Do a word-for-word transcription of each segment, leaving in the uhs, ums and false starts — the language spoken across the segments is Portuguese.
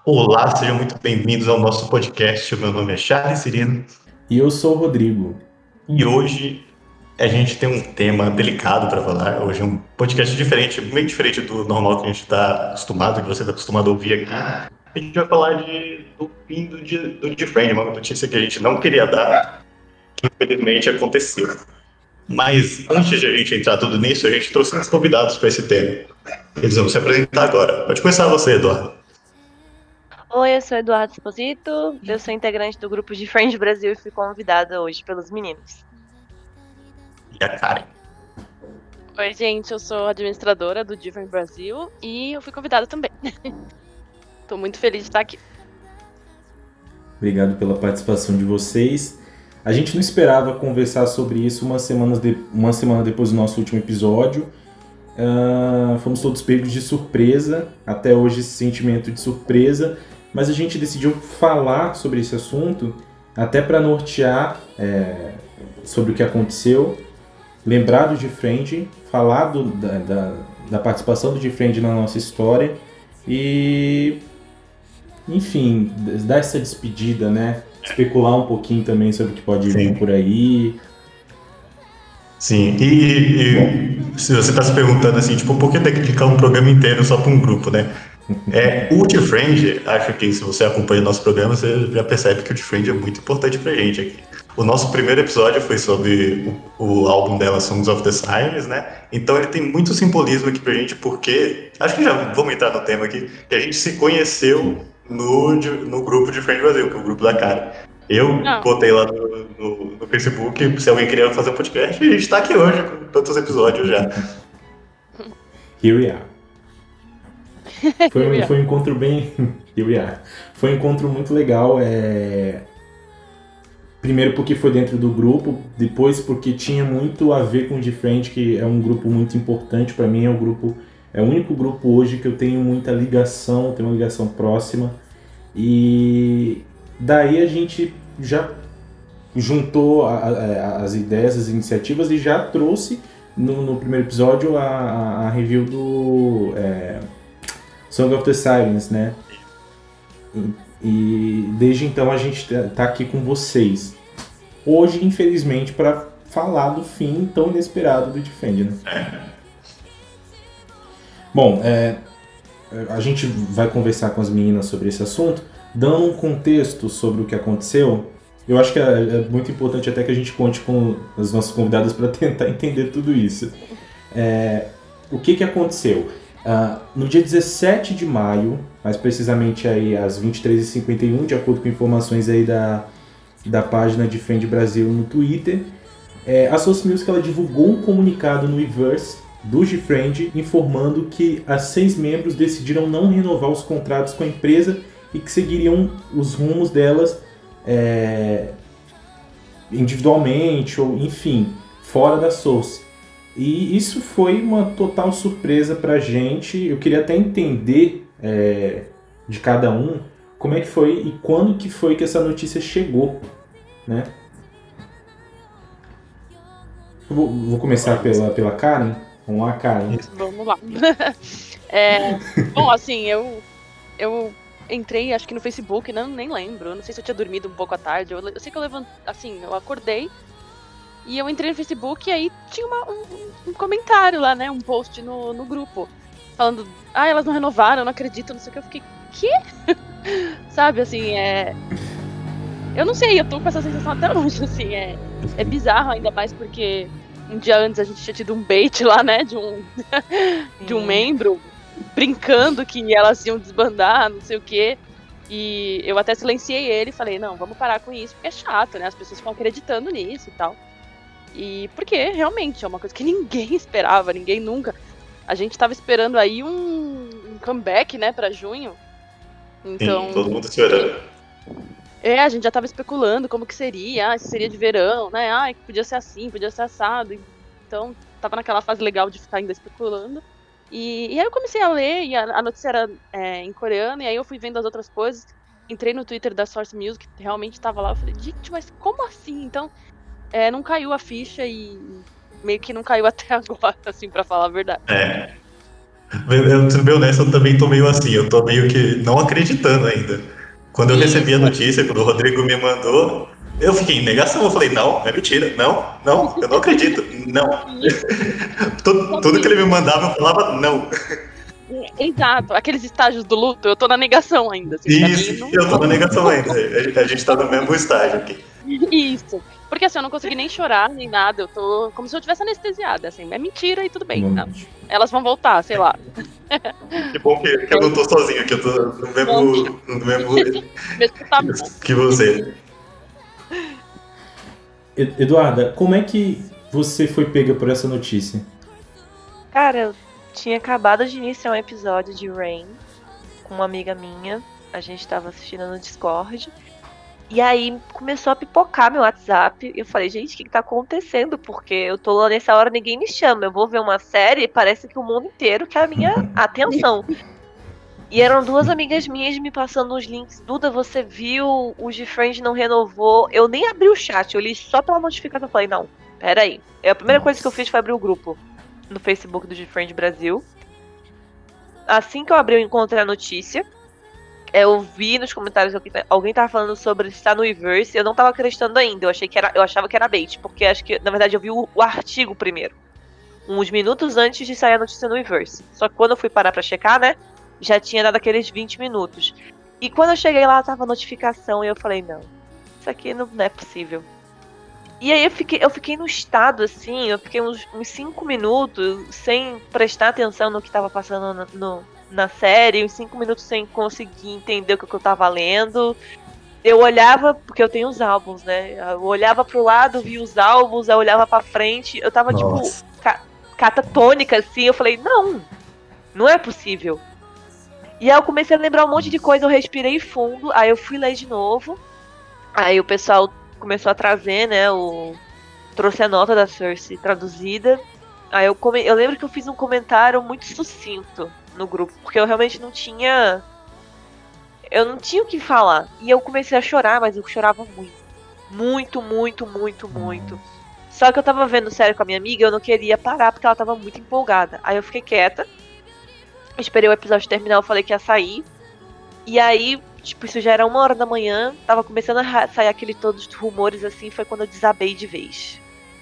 Olá, sejam muito bem-vindos ao nosso podcast. O meu nome é Charles Cirino E eu sou o Rodrigo. e hoje a gente tem um tema delicado para falar. Hoje é um podcast diferente, meio diferente do normal que a gente está acostumado, que você está acostumado a ouvir aqui. A gente vai falar de, do fim do, de- do Different, uma notícia que a gente não queria dar, que infelizmente aconteceu. Mas antes de a gente entrar tudo nisso, a gente trouxe uns convidados para esse tema. Eles vão se apresentar agora. Pode começar você, Eduardo. Oi, eu sou Eduardo Esposito, eu sou integrante do grupo de Friends Brasil e fui convidada hoje pelos meninos. E a Karen. Oi, gente, eu sou administradora do Different Brasil e eu fui convidada também. Tô muito feliz de estar aqui. Obrigado pela participação de vocês. A gente não esperava conversar sobre isso uma semana, de, uma semana depois do nosso último episódio. Uh, fomos todos pegos de surpresa, até hoje esse sentimento de surpresa, mas a gente decidiu falar sobre esse assunto até para nortear é, sobre o que aconteceu, lembrar do Different, falar do, da, da, da participação do Different na nossa história e, enfim, dar essa despedida, né? Especular um pouquinho também sobre o que pode vir por aí. Sim, e, e se você está se perguntando assim, tipo, por que dedicar um programa inteiro só para um grupo, né? É, o Different, acho que se você acompanha o nosso programa, você já percebe que o Different é muito importante pra gente aqui. O nosso primeiro episódio foi sobre o, o álbum dela, Songs of the Sirens, né? Então ele tem muito simbolismo aqui pra gente, porque, acho que já vamos entrar no tema aqui, que a gente se conheceu no, no grupo de Friend Brasil, que é o grupo da Karen. Eu Ah. botei lá no, no, no Facebook se alguém queria fazer um podcast e a gente tá aqui hoje com tantos episódios já. Here we are. Foi, um, foi um encontro bem... Here we are. Foi um encontro muito legal. É... Primeiro porque foi dentro do grupo, depois porque tinha muito a ver com o Different, que é um grupo muito importante para mim. É um grupo, é o único grupo hoje que eu tenho muita ligação, tenho uma ligação próxima. E daí a gente já juntou a, a, as ideias, as iniciativas e já trouxe no, no primeiro episódio a, a, a review do é, Song of the Sirens, né? E, e desde então a gente tá aqui com vocês. Hoje, infelizmente, para falar do fim tão inesperado do Defend, né? Bom, é, a gente vai conversar com as meninas sobre esse assunto, dando um contexto sobre o que aconteceu. Eu acho que é, é muito importante até que a gente conte com as nossas convidadas para tentar entender tudo isso. É, o que, que aconteceu? Uh, no dia dezessete de maio, mais precisamente aí às vinte e três e cinquenta e um, de acordo com informações aí da, da página de Friend Brasil no Twitter, é, a Source Music ela divulgou um comunicado no Weverse do Different informando que as seis membros decidiram não renovar os contratos com a empresa e que seguiriam os rumos delas é, individualmente ou, enfim, fora da Source. E isso foi uma total surpresa pra gente. Eu queria até entender é, de cada um como é que foi e quando que foi que essa notícia chegou, né? Eu vou, vou começar pela, pela Karen. Vamos lá, Karen. Vamos lá. É, bom, assim, eu, eu entrei, acho que no Facebook, não, nem lembro. Eu não sei se eu tinha dormido um pouco à tarde. Eu, eu sei que eu levantei, assim, eu acordei. E eu entrei no Facebook e aí tinha uma, um, um comentário lá, né? Um post no, no grupo. Falando, ah, elas não renovaram, eu não acredito, não sei o que. Eu fiquei, quê? Sabe, assim, é... Eu não sei, eu tô com essa sensação até hoje, assim, é, é bizarro, ainda mais porque um dia antes a gente tinha tido um bait lá, né, de um, de um membro brincando que elas iam desbandar, não sei o quê. E eu até silenciei ele e falei, não, vamos parar com isso, porque é chato, né, as pessoas ficam acreditando nisso e tal. E porque realmente é uma coisa que ninguém esperava, ninguém nunca. A gente tava esperando aí um, um comeback, né, pra junho. Então, sim, todo mundo esperando. É, a gente já tava especulando como que seria, ah, se seria de verão, né? Ah, podia ser assim, podia ser assado. Então, tava naquela fase legal de ficar ainda especulando. E, e aí eu comecei a ler, e a, a notícia era é, em coreano, e aí eu fui vendo as outras coisas. Entrei no Twitter da Source Music, realmente tava lá. Eu falei, gente, mas como assim? Então, é, não caiu a ficha e meio que não caiu até agora, assim, pra falar a verdade. É. Eu, sendo bem honesto, eu também tô meio assim, eu tô meio que não acreditando ainda. Quando eu recebi a Isso. notícia, quando o Rodrigo me mandou, eu fiquei em negação. Eu falei, não, é mentira, não, não, eu não acredito, não. Isso. Tudo, tudo que ele me mandava, eu falava não. Exato, aqueles estágios do luto, eu tô na negação ainda, assim, pra mim Isso, não. eu tô na negação ainda. A a gente tá no mesmo estágio aqui. Isso. Porque assim, eu não consegui nem chorar, nem nada, eu tô como se eu tivesse anestesiada, assim, é mentira e tudo bem. Tá? Normalmente. Elas vão voltar, sei lá. Que bom que, que eu não tô sozinho, que eu tô no mesmo, no mesmo Mesmo tá bom. que você. E- Eduarda, como é que você foi pega por essa notícia? Cara, eu tinha acabado de iniciar um episódio de Rain com uma amiga minha. A gente tava assistindo no Discord. E aí começou a pipocar meu WhatsApp. E eu falei, gente, o que, que tá acontecendo? Porque eu tô lá nessa hora, ninguém me chama. Eu vou ver uma série e parece que o mundo inteiro quer a minha atenção. E eram duas amigas minhas me passando os links. Duda, você viu? O de Friends não renovou. Eu nem abri o chat, eu li só pela notificação. Eu falei, não, peraí. A primeira coisa que eu fiz foi abrir o grupo no Facebook do GFriends Brasil. Assim que eu abri, eu encontrei a notícia. Eu vi nos comentários que alguém tava falando sobre estar no Weverse. Eu não tava acreditando ainda. Eu achei que era, eu achava que era bait, porque acho que na verdade eu vi o, o artigo primeiro, uns minutos antes de sair a notícia no Weverse. Só que quando eu fui parar pra checar, né, já tinha dado aqueles vinte minutos. E quando eu cheguei lá, tava a notificação e eu falei, não, isso aqui não, não é possível. E aí eu fiquei, eu fiquei no estado assim, eu fiquei uns cinco minutos sem prestar atenção no que tava passando no, no, na série, uns cinco minutos sem conseguir entender o que eu tava lendo. Eu olhava, porque eu tenho os álbuns, né? Eu olhava pro lado, via os álbuns, eu olhava pra frente, eu tava Nossa. tipo ca catatônica assim, eu falei, não, não é possível. E aí eu comecei a lembrar um monte de coisa, eu respirei fundo, aí eu fui ler de novo. Aí o pessoal começou a trazer, né, o... trouxe a nota da Cersei traduzida. Aí eu, come... eu lembro que eu fiz um comentário muito sucinto no grupo, porque eu realmente não tinha... Eu não tinha o que falar. E eu comecei a chorar, mas eu chorava muito. Muito, muito, muito, muito. Só que eu tava vendo série com a minha amiga e eu não queria parar, porque ela tava muito empolgada. Aí eu fiquei quieta. Esperei o episódio terminar, eu falei que ia sair. E aí, tipo, isso já era uma hora da manhã, tava começando a sair aquele todos os rumores assim, foi quando eu desabei de vez.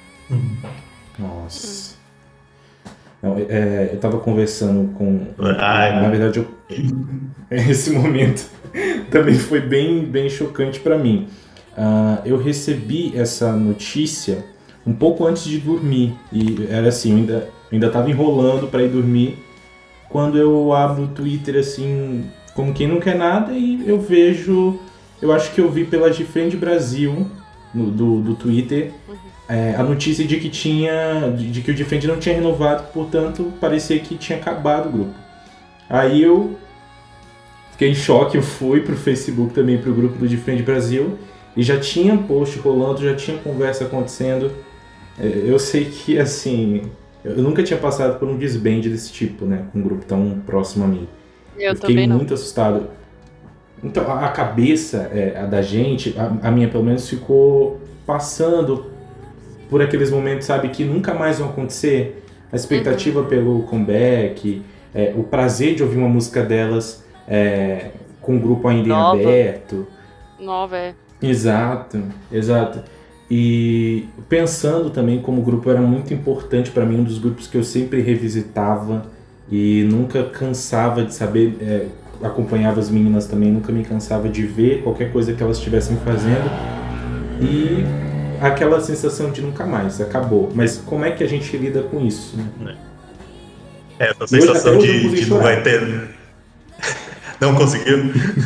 Nossa. Não, é, eu tava conversando com. Ai, Na verdade, eu, esse momento também foi bem, bem chocante pra mim. Uh, eu recebi essa notícia um pouco antes de dormir. E era assim, eu ainda, eu ainda tava enrolando pra ir dormir. Quando eu abro o Twitter assim, como quem não quer nada, e eu vejo. Eu acho que eu vi pela GFriends Brasil, no, do, do Twitter. É, a notícia de que tinha de, de que o GFriends não tinha renovado, portanto parecia que tinha acabado o grupo. Aí eu fiquei em choque, eu fui pro Facebook também, pro grupo do GFriends Brasil, e já tinha post rolando, já tinha conversa acontecendo. É, eu sei que assim, eu nunca tinha passado por um desband desse tipo, né, com um grupo tão próximo a mim. Eu, Eu fiquei também não. muito assustado. Então a a cabeça é, a da gente, a, a minha pelo menos, ficou passando por aqueles momentos, sabe, que nunca mais vão acontecer. A expectativa Uhum. pelo comeback, é, o prazer de ouvir uma música delas é, com o grupo ainda Nova. em aberto. Nova, é. Exato, exato. E pensando também como o grupo era muito importante para mim, um dos grupos que eu sempre revisitava e nunca cansava de saber, é, acompanhava as meninas também, nunca me cansava de ver qualquer coisa que elas estivessem fazendo. E aquela sensação de nunca mais, acabou. Mas como é que a gente lida com isso, né? essa E hoje, sensação até hoje eu de, consegui de não chorar. vai ter. Não conseguiu?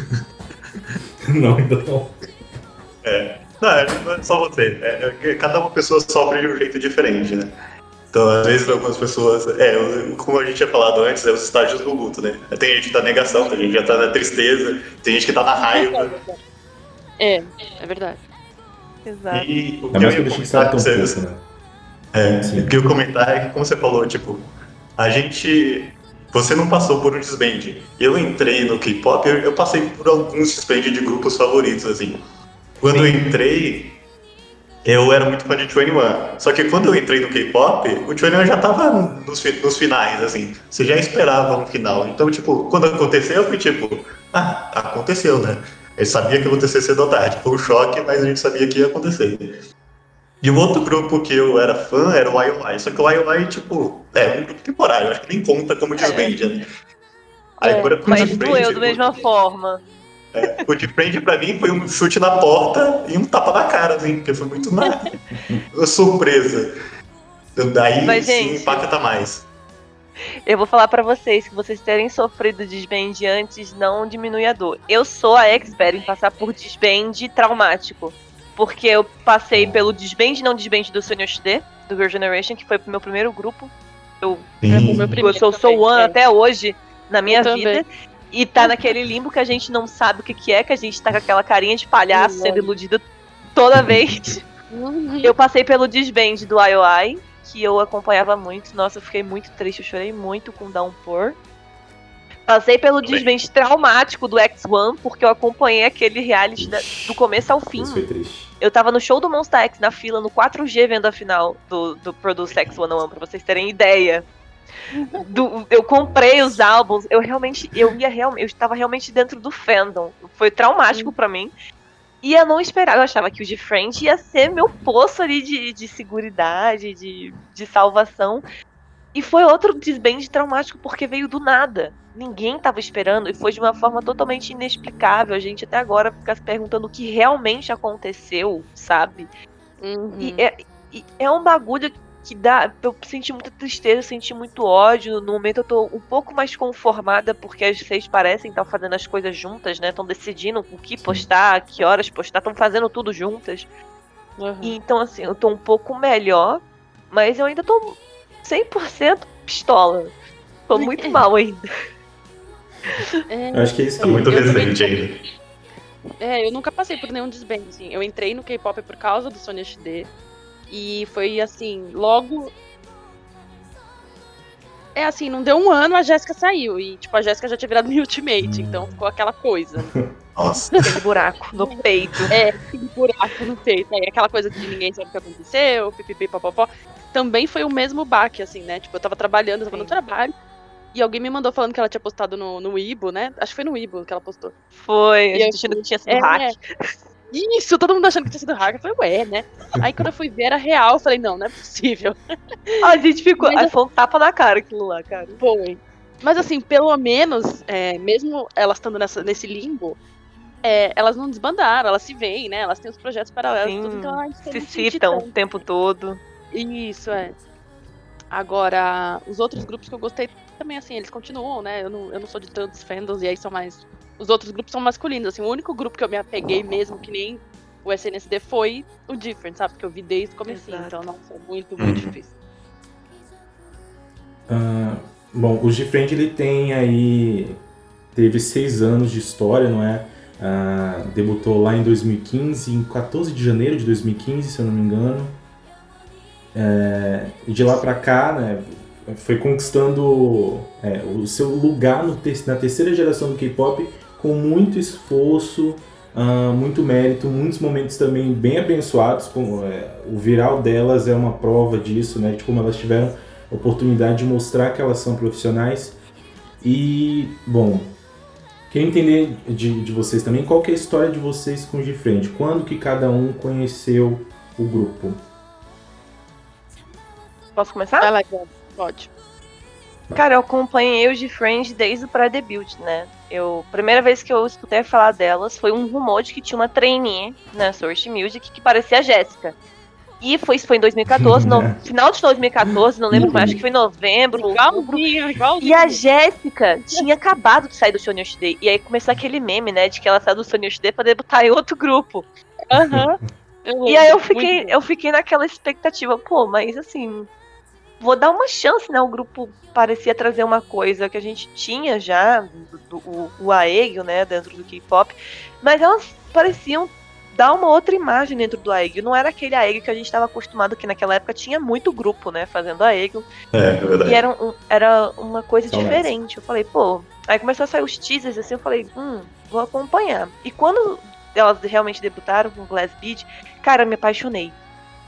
Não, ainda não. É. Não, é, não é só você. É, é que cada uma pessoa sofre de um jeito diferente, né? Então, às vezes, algumas pessoas. É, como a gente tinha falado antes, é os estágios do luto, né? Tem gente que tá na negação, tem gente que já tá na tristeza, tem gente que tá na raiva. É, é verdade. Exato. E o Ainda que eu mais ia quando a gente comentar sabe com tão vocês. pouco, né? É, Sim. o que eu ia comentar é que, como você falou, tipo, a gente. Você não passou por um desband. Eu entrei no K-pop, eu, eu passei por alguns desband de grupos favoritos, assim. Quando eu entrei, eu era muito fã de vinte e um. Só que quando eu entrei no K-pop, o vinte e um já tava nos, fi- nos finais, assim. Você já esperava um final. Então, tipo, quando aconteceu, eu fui tipo, ah, aconteceu, né? Eu sabia que ia acontecer cedo ou tarde. Foi um choque, mas a gente sabia que ia acontecer. E o outro grupo que eu era fã era o I O I. Só que o I O I, tipo, é um grupo temporário. Acho que nem conta como disband, né? Aí É, agora com o Mas Different, doeu da mesma forma. o Different pra mim foi um chute na porta e um tapa na cara, assim, porque foi muito na surpresa. Daí Mas, sim gente, impacta mais. eu vou falar pra vocês que vocês terem sofrido desband antes não diminui a dor. Eu sou a expert em passar por desband traumático. Porque eu passei pelo desband, não desband do Sonoshide, do Girl Generation, que foi pro meu primeiro grupo. Eu, Sim. meu primeiro eu sou também, Soul One é. até hoje na minha Eu vida. também. E tá naquele limbo que a gente não sabe o que, que é, que a gente tá com aquela carinha de palhaço Sim, sendo lógico. iludido toda vez. Uhum. Eu passei pelo desband do I O I, que eu acompanhava muito. Nossa, eu fiquei muito triste, eu chorei muito com Downpour. Passei pelo desband traumático do X um, porque eu acompanhei aquele reality da- do começo ao fim. Isso foi triste. Eu tava no show do Monsta X na fila, no quatro G, vendo a final do, do Produce X cento e um, pra vocês terem ideia. Do- eu comprei os álbuns, eu realmente, eu ia realmente, eu estava realmente dentro do fandom. Foi traumático pra mim. E eu não esperava, eu achava que o de Friend ia ser meu poço ali de, de seguridade, de, de salvação. E foi outro desband traumático porque veio do nada. Ninguém tava esperando e foi de uma forma totalmente inexplicável. A gente até agora fica se perguntando o que realmente aconteceu, sabe? Uhum. E é, e é um bagulho que dá. Eu senti muita tristeza, eu senti muito ódio. No momento eu tô um pouco mais conformada porque as seis parecem estar fazendo as coisas juntas, né? Estão decidindo o que postar, que horas postar, estão fazendo tudo juntas. Uhum. E então, assim, eu tô um pouco melhor, mas eu ainda tô cem por cento pistola. Tô muito mal ainda. É, Eu acho que é isso Tá que... muito Eu também- recente ainda. é, eu nunca passei por nenhum desband, assim. Eu entrei no K-pop por causa do Sonoshide. E foi assim, logo. É assim, não deu um ano, a Jéssica saiu. E, tipo, a Jéssica já tinha virado minha ultimate, então ficou aquela coisa. Nossa. Aquele buraco no peito. É, aquele buraco no peito. Aí aquela coisa de ninguém sabe o que aconteceu, pipipi, popopó. Também foi o mesmo baque, assim, né? Tipo, eu tava trabalhando, eu tava no Sim. trabalho. E alguém me mandou falando que ela tinha postado no, no Weibo, né? Acho que foi no Weibo que ela postou. Foi, a E gente eu achando que tinha sido é, hack. Isso, todo mundo achando que tinha sido hack. Eu falei, ué, né? Aí quando eu fui ver, era real. Eu falei, não, não é possível. A gente ficou. Mas- Aí foi um tapa na cara aquilo lá, cara. Foi. Mas assim, pelo menos, é, mesmo elas estando nessa, nesse limbo, é, elas não desbandaram, elas se veem, né? Elas têm os projetos paralelos, Sim, tudo, então a gente se não sente citam o tanto. tempo todo. Isso, é. Agora, os outros grupos que eu gostei também, assim, eles continuam, né? Eu não, eu não sou de tantos fandoms, e aí são mais. Os outros grupos são masculinos, assim. O único grupo que eu me apeguei mesmo, que nem o S N S D, foi o Different, sabe? Porque eu vi desde o comecinho, Exato. então, nossa, é muito, muito Uhum. difícil. Ah, bom, o G-Friend ele tem aí... Teve seis anos de história, não é? Ah, debutou lá em dois mil e quinze, em quatorze de janeiro de dois mil e quinze, se eu não me engano. É, e de lá pra cá, né, foi conquistando é, o seu lugar no te- na terceira geração do K-pop com muito esforço, ah, muito mérito, muitos momentos também bem abençoados. Como, é, o viral delas é uma prova disso, né, de como elas tiveram a oportunidade de mostrar que elas são profissionais. E, bom, queria entender de, de vocês também qual que é a história de vocês com o G-Friend. Quando que cada um conheceu o grupo? Posso começar? Vai lá, Gabi, pode. Cara, eu acompanhei os de Friends desde o pré-debut, né? Eu, a primeira vez que eu escutei falar delas foi um rumor de que tinha uma trainee na Source Music que parecia a Jéssica. E foi, isso foi em dois mil e quatorze, no final de dois mil e quatorze, não lembro mais, acho que foi em novembro, outubro. Igualzinho, igualzinho. E a Jéssica tinha acabado de sair do Sonoshide. E aí começou aquele meme, né, de que ela saiu do Sonoshide pra debutar em outro grupo. Aham. E aí eu lembro, fiquei, muito bom. eu fiquei naquela expectativa, pô, mas assim, vou dar uma chance, né? O grupo parecia trazer uma coisa que a gente tinha já, do, do- o, o Aegyo, né, dentro do K-pop, mas elas pareciam dar uma outra imagem dentro do Aegyo. Não era aquele Aegyo que a gente estava acostumado, que naquela época tinha muito grupo, né, fazendo Aegyo. É, é verdade. E era, um- era uma coisa Saudades. diferente. Eu falei, pô. Aí começou a sair os teasers assim, eu falei, hum, vou acompanhar. E quando elas realmente debutaram com Glass Beat, cara, eu me apaixonei.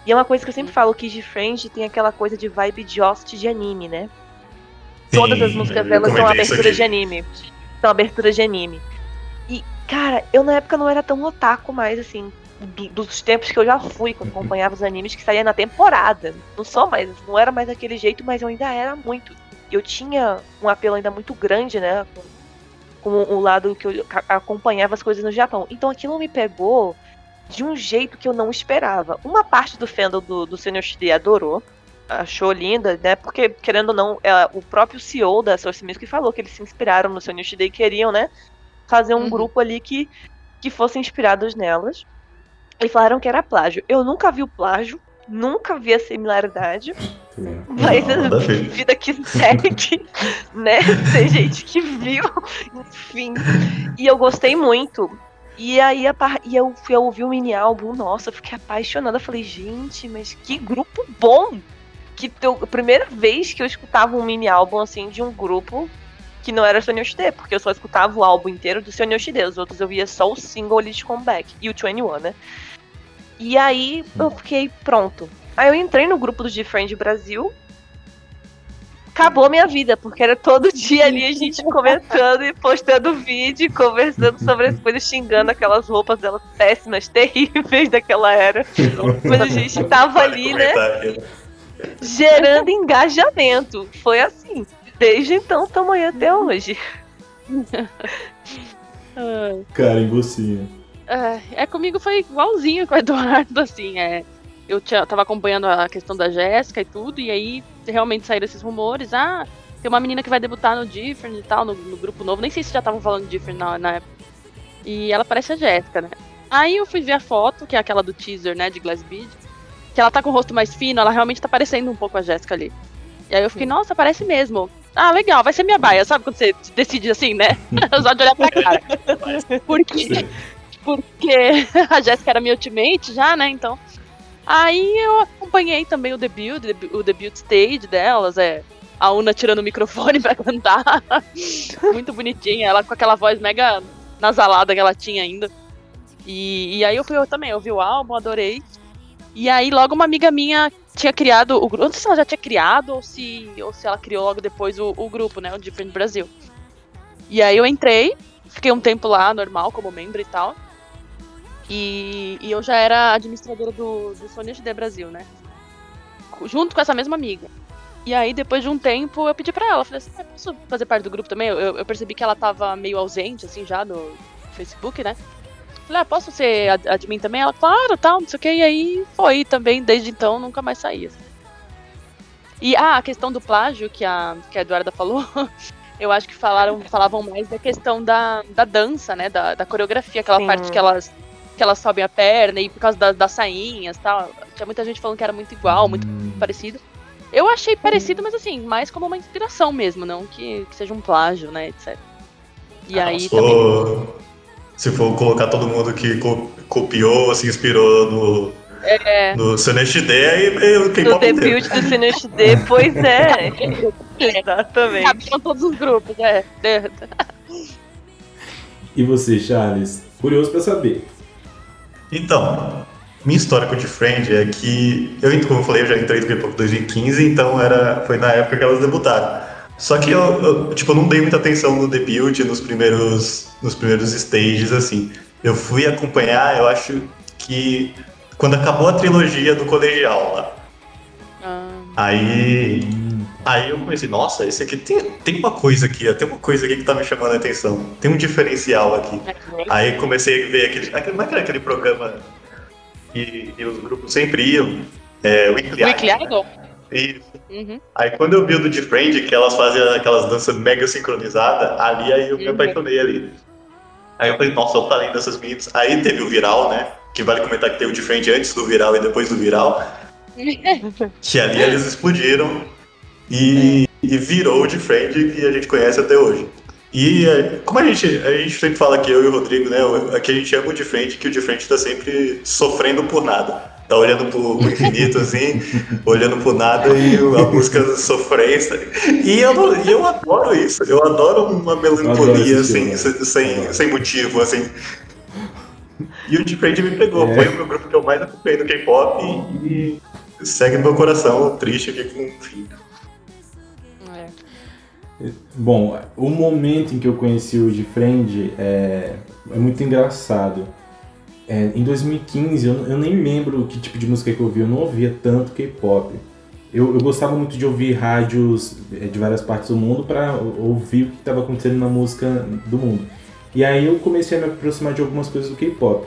E é uma coisa que eu sempre falo, que de Friends tem aquela coisa de vibe de host de anime, né? Sim, Todas as músicas eu delas são comentei isso aberturas aqui. de anime. São aberturas de anime. E, cara, eu na época não era tão otaku mais, assim, do- dos tempos que eu já fui, que eu acompanhava os animes que saía na temporada. Não sou mais, não era mais daquele jeito, mas eu ainda era muito. Eu tinha um apelo ainda muito grande, né? Com, com o lado que eu ca- acompanhava as coisas no Japão. Então aquilo me pegou de um jeito que eu não esperava. Uma parte do fandom do, do senhor Shide adorou. Achou linda, né? Porque, querendo ou não, é, o próprio C E O da Source Music falou que eles se inspiraram no senhor Shide e queriam, né? Fazer um Uhum. grupo ali que, que fosse inspirados nelas. E falaram que era plágio. Eu nunca vi o plágio, nunca vi a similaridade, Também não. mas Não, a nada a ver. vida que segue, né? Tem gente que viu, enfim. E eu gostei muito. E aí a par... e eu fui ouvir o mini álbum, nossa, eu fiquei apaixonada. Falei, gente, mas que grupo bom! Que eu... a primeira vez que eu escutava um mini álbum assim de um grupo que não era Sonyo Shide, porque eu só escutava o álbum inteiro do Sonyo Shide, os outros eu via só o single Elite Comeback e o vinte e um, né? E aí eu fiquei pronto. Aí eu entrei no grupo do G-Friend Brasil. Acabou a minha vida, porque era todo dia ali a gente comentando e postando vídeo, conversando sobre as coisas, xingando aquelas roupas delas péssimas, terríveis daquela era. Mas a gente tava Vale ali, né, comentar aqui. gerando engajamento. Foi assim. Desde então, estamos aí até hoje. Ai. Cara, e você? É, é, comigo foi igualzinho com o Eduardo, assim, é. Eu tinha, tava acompanhando a questão da Jéssica e tudo, e aí realmente saíram esses rumores, ah, tem uma menina que vai debutar no Different e tal, no, no grupo novo, nem sei se já estavam falando de Different na, na época. E ela parece a Jéssica, né? Aí eu fui ver a foto, que é aquela do teaser, né, de Glass Bead, que ela tá com o rosto mais fino, ela realmente tá parecendo um pouco a Jéssica ali. E aí eu fiquei, nossa, parece mesmo. Ah, legal, vai ser minha baia, sabe quando você decide assim, né? Só de olhar pra cara. Porque, porque a Jéssica era minha ultimate já, né, então... Aí eu acompanhei também o debut, o debut stage delas, é a Una tirando o microfone pra cantar. Muito bonitinha, ela com aquela voz mega nasalada que ela tinha ainda. E, e aí eu fui eu também, eu vi o álbum, adorei. E aí logo uma amiga minha tinha criado o grupo, não sei se ela já tinha criado ou se, ou se ela criou logo depois o, o grupo, né, o Different Brasil. E aí eu entrei, fiquei um tempo lá, normal, como membro e tal. E, e eu já era administradora do, do Sonyo Shide Brasil, né? Junto com essa mesma amiga. E aí, depois de um tempo, eu pedi pra ela, falei assim, ah, posso fazer parte do grupo também? Eu, eu, eu percebi que ela tava meio ausente, assim, já no Facebook, né? Falei, ah, posso ser ad- admin também? Ela, claro, tal, não sei o que. E aí foi também, desde então, nunca mais saía. E ah, a questão do plágio que a, que a Eduarda falou, eu acho que falaram, falavam mais da questão da, da dança, né? Da, da coreografia, aquela Sim. parte que elas que elas sobem a perna e por causa das, das sainhas e tal. Tinha muita gente falando que era muito igual, muito Hum. parecido. Eu achei parecido, mas assim, mais como uma inspiração mesmo, não que, que seja um plágio, né, etcétera. E Ah, aí se, também. for, se for colocar todo mundo que co- copiou, se inspirou no, É, no Sonyo Shide, aí meio No K-pop inteiro. debut do Senhor Shide, pois é. Exatamente. cabiam todos os grupos, é. é. E você, Charles? Curioso pra saber. Então, minha história com o Different é que, eu, como eu falei, eu já entrei no K-pop em dois mil e quinze, então era, foi na época que elas debutaram. Só que eu, eu, tipo, não dei muita atenção no debut, nos primeiros, nos primeiros stages, assim. Eu fui acompanhar, eu acho que quando acabou a trilogia do colegial lá. Ah, Aí, Hum. aí eu comecei, nossa, esse aqui tem, tem uma coisa aqui, ó, tem uma coisa aqui que tá me chamando a atenção. Tem um diferencial aqui. Aí comecei a ver aquele, aquele, não é que era aquele programa que, que os grupos sempre iam, é, Weekly, Weekly Idol, Idol? né? Isso. Uhum. Aí quando eu vi o do Different, que elas fazem aquelas danças mega sincronizadas, ali aí eu me Uhum. apaixonei ali. Aí eu falei, nossa, eu falei dessas meninas. Aí teve o Viral, né? Que vale comentar que teve o Different antes do Viral e depois do Viral. Que ali eles explodiram e, e virou o Different que a gente conhece até hoje. E é, como a gente, a gente sempre fala aqui, eu e o Rodrigo, né? Aqui a gente ama o Different, que o Different tá sempre sofrendo por nada. Tá olhando pro, pro infinito, assim, olhando pro nada e a música sofrência. E eu, e eu adoro isso, eu adoro uma Eu adoro melancolia, esse assim, estilo, sem, né? sem, Adoro. sem motivo, assim. E o T-Friend me pegou. É. Foi o meu grupo que eu mais acompanhei no K-pop e segue no meu coração triste aqui com o fim. É. Bom, o momento em que eu conheci o G-Friend é, é muito engraçado. É, em dois mil e quinze, eu, eu nem lembro que tipo de música que eu ouvia, eu não ouvia tanto K-pop. Eu, eu gostava muito de ouvir rádios de várias partes do mundo para ouvir o que estava acontecendo na música do mundo. E aí eu comecei a me aproximar de algumas coisas do K-pop.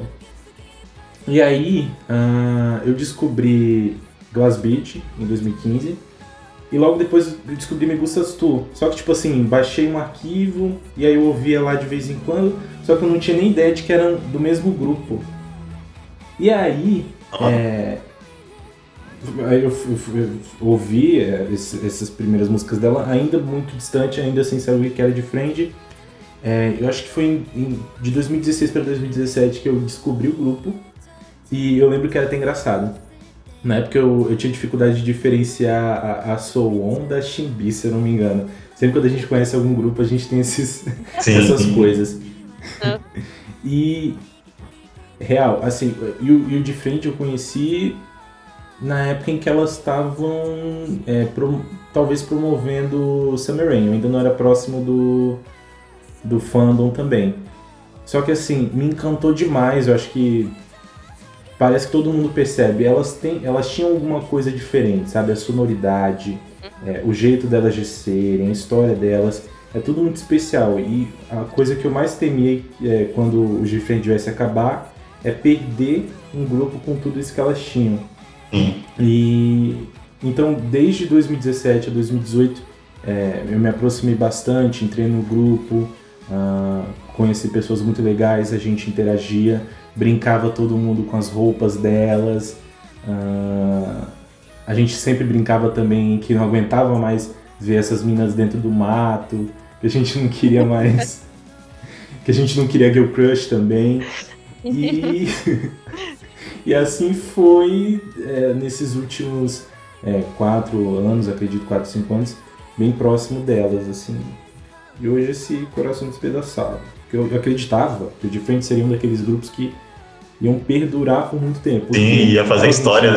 E aí uh, eu descobri Glass Beach em dois mil e quinze. E logo depois eu descobri Me Gustas Tu. Só que tipo assim, baixei um arquivo e aí eu ouvia lá de vez em quando. Só que eu não tinha nem ideia de que eram do mesmo grupo. E aí... Ah. É... Aí eu, eu, eu ouvi é, esse, essas primeiras músicas dela, ainda muito distante, ainda sem saber que era de Friend. É, eu acho que foi em, em, de dois mil e dezesseis para dois mil e dezessete que eu descobri o grupo. E eu lembro que era até engraçado. Na época eu, eu tinha dificuldade de diferenciar a, a Soulon da Shinbi, se eu não me engano. Sempre quando a gente conhece algum grupo, a gente tem esses, essas coisas. Ah. E, real, assim, e o, e o de Friend eu conheci na época em que elas estavam é, pro, talvez promovendo Summer Rain. Eu ainda não era próximo do, do fandom também. Só que assim, me encantou demais. Eu acho que parece que todo mundo percebe. Elas, têm, elas tinham alguma coisa diferente, sabe? A sonoridade, é, o jeito delas de serem, a história delas. É tudo muito especial. E a coisa que eu mais temia é, quando o G-Friend viesse acabar é perder um grupo com tudo isso que elas tinham. Hum. E então desde dois mil e dezessete a dois mil e dezoito é, eu me aproximei bastante, entrei no grupo, uh, conheci pessoas muito legais, a gente interagia, brincava todo mundo com as roupas delas, uh, a gente sempre brincava também que não aguentava mais ver essas minas dentro do mato, que a gente não queria mais, que a gente não queria Girl Crush também. E E assim foi é, nesses últimos é, quatro anos, acredito, quatro, cinco anos, bem próximo delas, assim. E hoje esse coração despedaçado. Porque eu acreditava que o De Frente seria um daqueles grupos que iam perdurar por muito tempo. Sim, ia fazer história.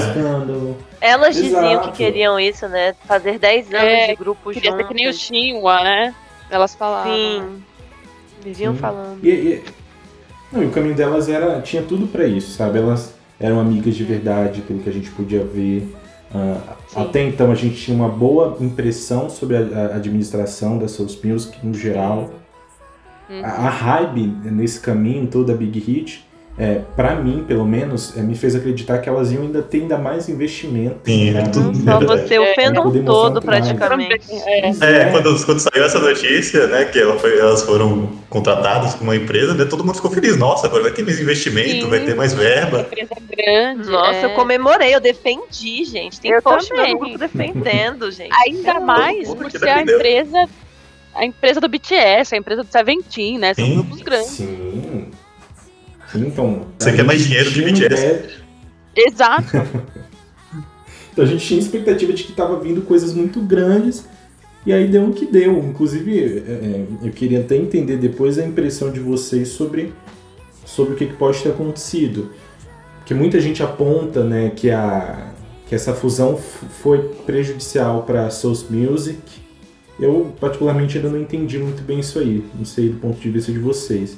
Elas diziam Exato. que queriam isso, né? Fazer dez anos É, de grupo Queria juntos. ser que nem o Shinhwa, né? Elas falavam. Sim. Viviam Sim. falando. E, e, não, e o caminho delas era, tinha tudo pra isso, sabe? Elas eram amigas de verdade, pelo que a gente podia ver. Uh, até então a gente tinha uma boa impressão sobre a, a administração da Source Music no geral. Uhum. A, a hype nesse caminho todo da Big Hit, é, pra mim, pelo menos, é, me fez acreditar que elas iam ainda ter ainda mais investimento. Sim, Sabe? tudo- Não só você, o Pra fandom poder mostrar todo, um trabalho. praticamente. É. É, quando, quando saiu essa notícia, né, que ela foi- elas foram contratadas por uma empresa, né, todo mundo ficou feliz. Nossa, agora vai ter mais investimento, Sim. vai ter mais Uma verba. empresa grande. Nossa, é. eu comemorei, eu defendi, gente. Tem Eu post meu também. no grupo defendendo, gente. Ainda Pelo mais amor Todo por mundo ser a defendeu. empresa, a empresa do B T S, a empresa do Seventeen, né? São Sim. grupos grandes. Sim. Sim, então. Você a quer mais gente dinheiro de tinha B T S. ideia- Exato. Então a gente tinha expectativa de que tava vindo coisas muito grandes e aí deu o que deu. Inclusive, é, é, eu queria até entender depois a impressão de vocês sobre, sobre o que, que pode ter acontecido. Porque muita gente aponta, né, que, a, que essa fusão f- foi prejudicial para a Source Music. Eu, particularmente, ainda não entendi muito bem isso aí. Não sei do ponto de vista de vocês.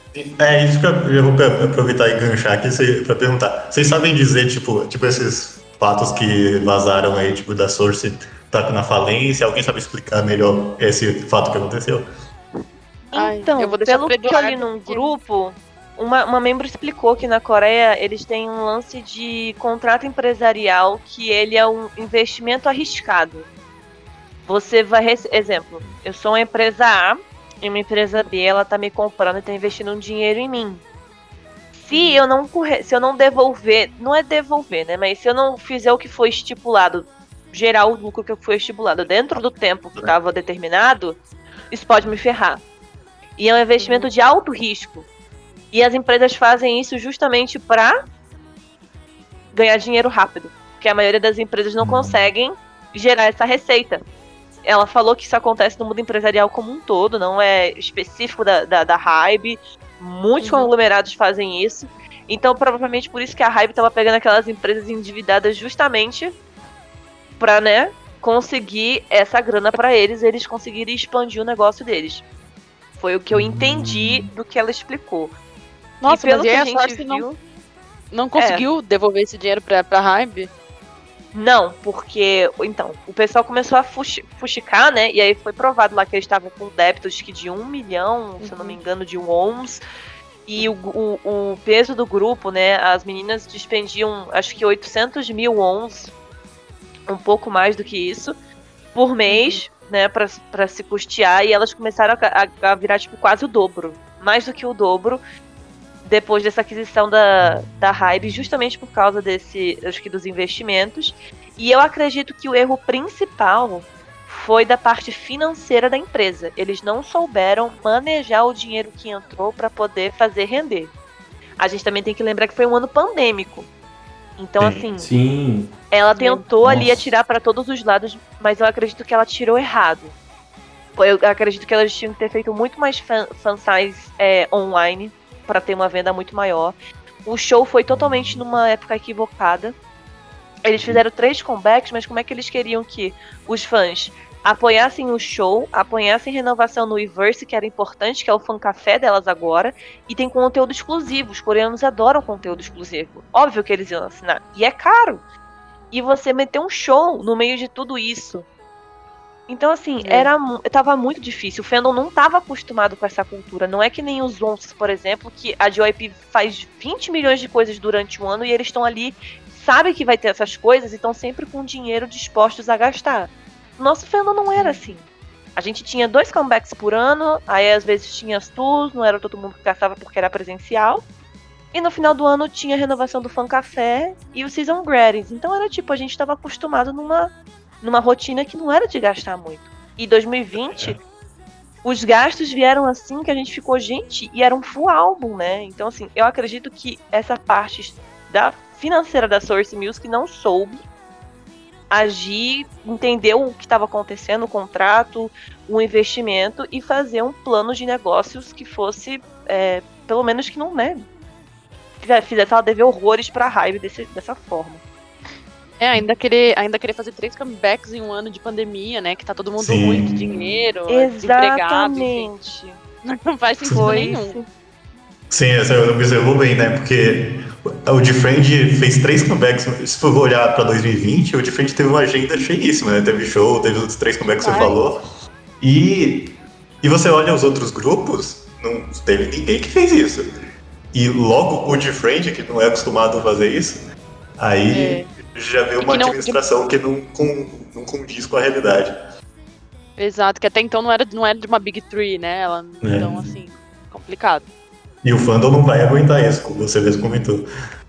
É isso que eu, eu vou aproveitar e ganchar aqui cê- pra perguntar. Vocês sabem dizer, tipo, tipo, esses fatos que vazaram aí, tipo, da Source tá na falência? Alguém sabe explicar melhor esse fato que aconteceu? Ai, Então, eu vou deixar pelo pro que eu li Eduardo, num porque- grupo, uma, uma membro explicou que na Coreia eles têm um lance de contrato empresarial que ele é um investimento arriscado. Você vai rece- exemplo, eu sou uma empresa A e uma empresa B, ela tá me comprando e tá investindo um dinheiro em mim. Se eu não corre- se eu não devolver, não é devolver, né, mas se eu não fizer o que foi estipulado, gerar o lucro que foi estipulado dentro do tempo que estava determinado, isso pode me ferrar. E é um investimento de alto risco. E as empresas fazem isso justamente para ganhar dinheiro rápido. Porque a maioria das empresas não Uhum. conseguem gerar essa receita. Ela falou que isso acontece no mundo empresarial como um todo, não é específico da, da, da Hybe. Muitos Uhum. conglomerados fazem isso. Então, provavelmente por isso que a Hybe tava pegando aquelas empresas endividadas justamente pra, né, conseguir essa grana pra eles, eles conseguirem expandir o negócio deles. Foi o que eu entendi do que ela explicou. Nossa, e pelo mas e que aí a a gente Source viu, não, não conseguiu devolver esse dinheiro pra, pra Hybe? não, porque, então, o pessoal começou a fuxi- fuxicar, né, e aí foi provado lá que eles estavam com débitos que de um milhão, se eu não me engano, de wons, e o, o, o peso do grupo, né, as meninas despendiam, acho que oitocentos mil wons, um pouco mais do que isso, por mês, né, pra, pra se custear, e elas começaram a, a, a virar, tipo, quase o dobro, mais do que o dobro, depois dessa aquisição da, da Hybe, justamente por causa desse, acho que dos investimentos. E eu acredito que o erro principal foi da parte financeira da empresa. Eles não souberam manejar o dinheiro que entrou para poder fazer render. A gente também tem que lembrar que foi um ano pandêmico. Então, Sim. assim, Sim. ela tentou ali Nossa. atirar para todos os lados, mas eu acredito que ela tirou errado. Eu acredito que elas tinham que ter feito muito mais fan, fansites é, online para ter uma venda muito maior. O show foi totalmente numa época equivocada. Eles fizeram três comebacks, mas como é que eles queriam que os fãs apoiassem o show, apoiassem renovação no Weverse, que era importante, que é o fan café delas agora, e tem conteúdo exclusivo. Os coreanos adoram conteúdo exclusivo. Óbvio que eles iam assinar. E é caro. E você meter um show no meio de tudo isso. Então, assim, É. era, tava muito difícil. O fandom não tava acostumado com essa cultura. Não é que nem os Wons, por exemplo, que a J Y P faz vinte milhões de coisas durante o ano e eles estão ali, sabem que vai ter essas coisas e estão sempre com dinheiro dispostos a gastar. Nosso fandom não era assim. A gente tinha dois comebacks por ano, aí às vezes tinha as tours, não era todo mundo que gastava porque era presencial. E no final do ano tinha a renovação do Fan Café e o Season Greetings. Então era tipo, a gente tava acostumado numa... numa rotina que não era de gastar muito. E dois mil e vinte, é. os gastos vieram assim que a gente ficou, gente, e era um full álbum, né? Então, assim, eu acredito que essa parte da financeira da Source Music não soube agir, entender o que estava acontecendo, o contrato, o investimento e fazer um plano de negócios que fosse, é, pelo menos que não, né? Fizesse ela dever horrores pra Hybe desse, dessa forma. É, ainda querer, ainda querer fazer três comebacks em um ano de pandemia, né? Que tá todo mundo Sim. ruim de dinheiro, desempregado, enfim. Exatamente. Não faz sentido Foi nenhum. isso. Sim, essa eu observou bem, né? Porque o Defriend fez três comebacks. Se for olhar pra dois mil e vinte, o Defriend teve uma agenda cheíssima, né? Teve show, teve os três comebacks que você Ai. falou. E, e você olha os outros grupos, não teve ninguém que fez isso. E logo o Defriend, que não é acostumado a fazer isso, aí É. já veio E uma que não- administração que não, com, não condiz com a realidade. Exato, que até então não era, não era de uma Big Three, né? Ela, É. Então, assim, complicado. E o fandom não vai aguentar isso, como você mesmo comentou.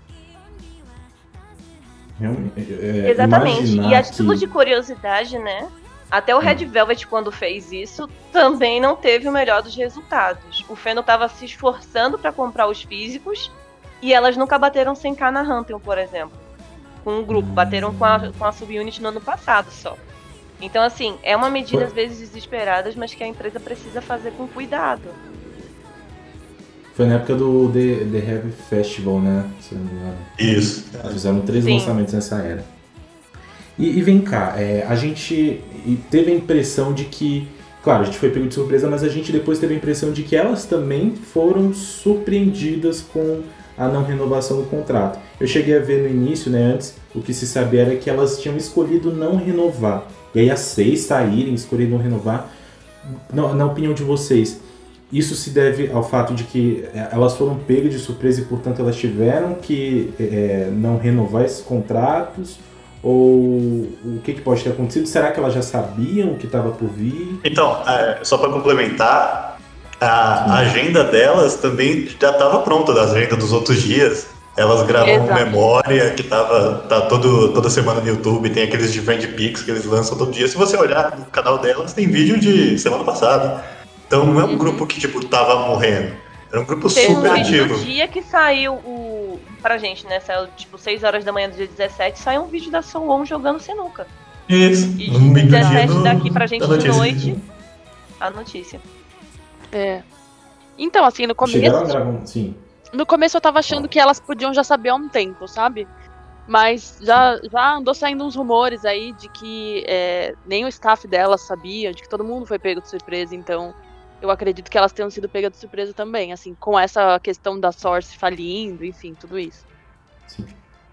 Realmente, é, Exatamente. imaginar E a título que- de curiosidade, né? Até o Red Velvet, quando fez isso, também não teve o melhor dos resultados. O fandom tava se esforçando para comprar os físicos e elas nunca bateram cem k na Hunter, por exemplo. Com o grupo. Bateram com a, com a subunit no ano passado só. Então, assim, é uma medida Foi- às vezes desesperada, mas que a empresa precisa fazer com cuidado. Foi na época do The, The Heavy Festival, né? Se eu não me engano. Isso. Eles fizeram três Sim. lançamentos nessa era. E, e vem cá, é, a gente e teve a impressão de que, claro, a gente foi pego de surpresa, mas a gente depois teve a impressão de que elas também foram surpreendidas com a não renovação do contrato. Eu cheguei a ver no início, né, antes, o que se sabia era que elas tinham escolhido não renovar. E aí as seis saírem, escolheram não renovar. Na, na opinião de vocês, isso se deve ao fato de que elas foram pegas de surpresa e, portanto, elas tiveram que é, não renovar esses contratos? Ou o que, que pode ter acontecido? Será que elas já sabiam o que estava por vir? Então, é, só para complementar, a agenda delas também já estava pronta, da agenda dos outros dias. Elas gravam Exato. memória, que tava, tá todo, toda semana no YouTube, tem aqueles de Friend Pics que eles lançam todo dia. Se você olhar no canal delas, tem vídeo de semana passada. Então não é um Uhum. grupo que, tipo, tava morrendo. Era um grupo Teve um super vídeo ativo. no dia que saiu o... pra gente, né? Saiu tipo seis horas da manhã do dia dezessete, saiu um vídeo da Soulon jogando sinuca. Isso, E no meio do dia dezessete do- daqui pra gente da de notícia. noite, a notícia. É. Então, assim, no Chegaram a começo. gravar um... Sim. no começo eu tava achando que elas podiam já saber há um tempo, sabe? Mas já, já andou saindo uns rumores aí de que é, nem o staff delas sabia, de que todo mundo foi pego de surpresa, então eu acredito que elas tenham sido pegas de surpresa também, assim, com essa questão da Source falindo, enfim, tudo isso. Sim.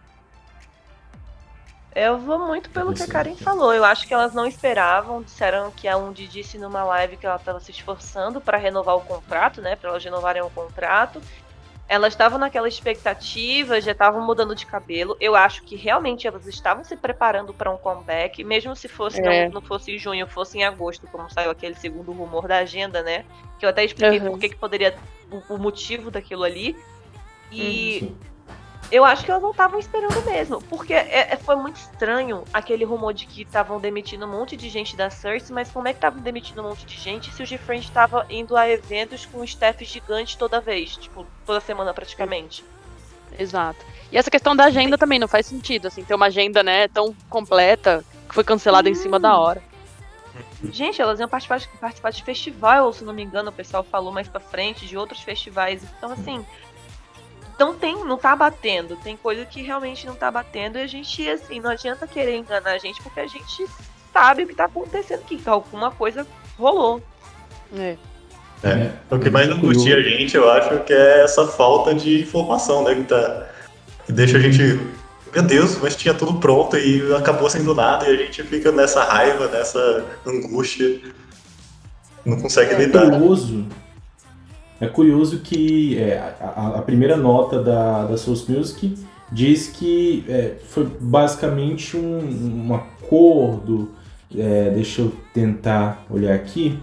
Eu vou muito pelo que a Karen falou. Eu acho que elas não esperavam. Disseram que a Undi disse numa live que ela estava se esforçando para renovar o contrato, né? Para elas renovarem o contrato. Elas estavam naquela expectativa, já estavam mudando de cabelo. Eu acho que realmente elas estavam se preparando para um comeback, mesmo se fosse É. não, não fosse em junho, fosse em agosto, como saiu aquele segundo rumor da agenda, né? Que eu até expliquei Uhum. por que que poderia o, o motivo daquilo ali. E Sim. eu acho que elas não estavam esperando mesmo, porque é, é- foi muito estranho aquele rumor de que estavam demitindo um monte de gente da Cersei, mas como é que estavam demitindo um monte de gente se o G-Friend estava indo a eventos com staff gigante toda vez, tipo, toda semana praticamente? Exato. E essa questão da agenda também não faz sentido, assim, ter uma agenda, né, tão completa que foi cancelada em cima da hora. Gente, elas iam participar de, participar de festival, se não me engano, o pessoal falou mais pra frente, de outros festivais. Então, assim, não tem, não tá batendo. Tem coisa que realmente não tá batendo e a gente, assim, não adianta querer enganar a gente, porque a gente sabe o que tá acontecendo aqui, que alguma coisa rolou. É. É. O que mais angustia a gente, eu acho, que é essa falta de informação, né? Que, tá, que deixa a gente. Meu Deus, mas tinha tudo pronto e acabou sendo nada, e a gente fica nessa raiva, nessa angústia. Não consegue É. lidar. curioso, é curioso que é, a, a primeira nota da, da Source Music diz que é, foi basicamente um, um acordo. É, deixa eu tentar olhar aqui.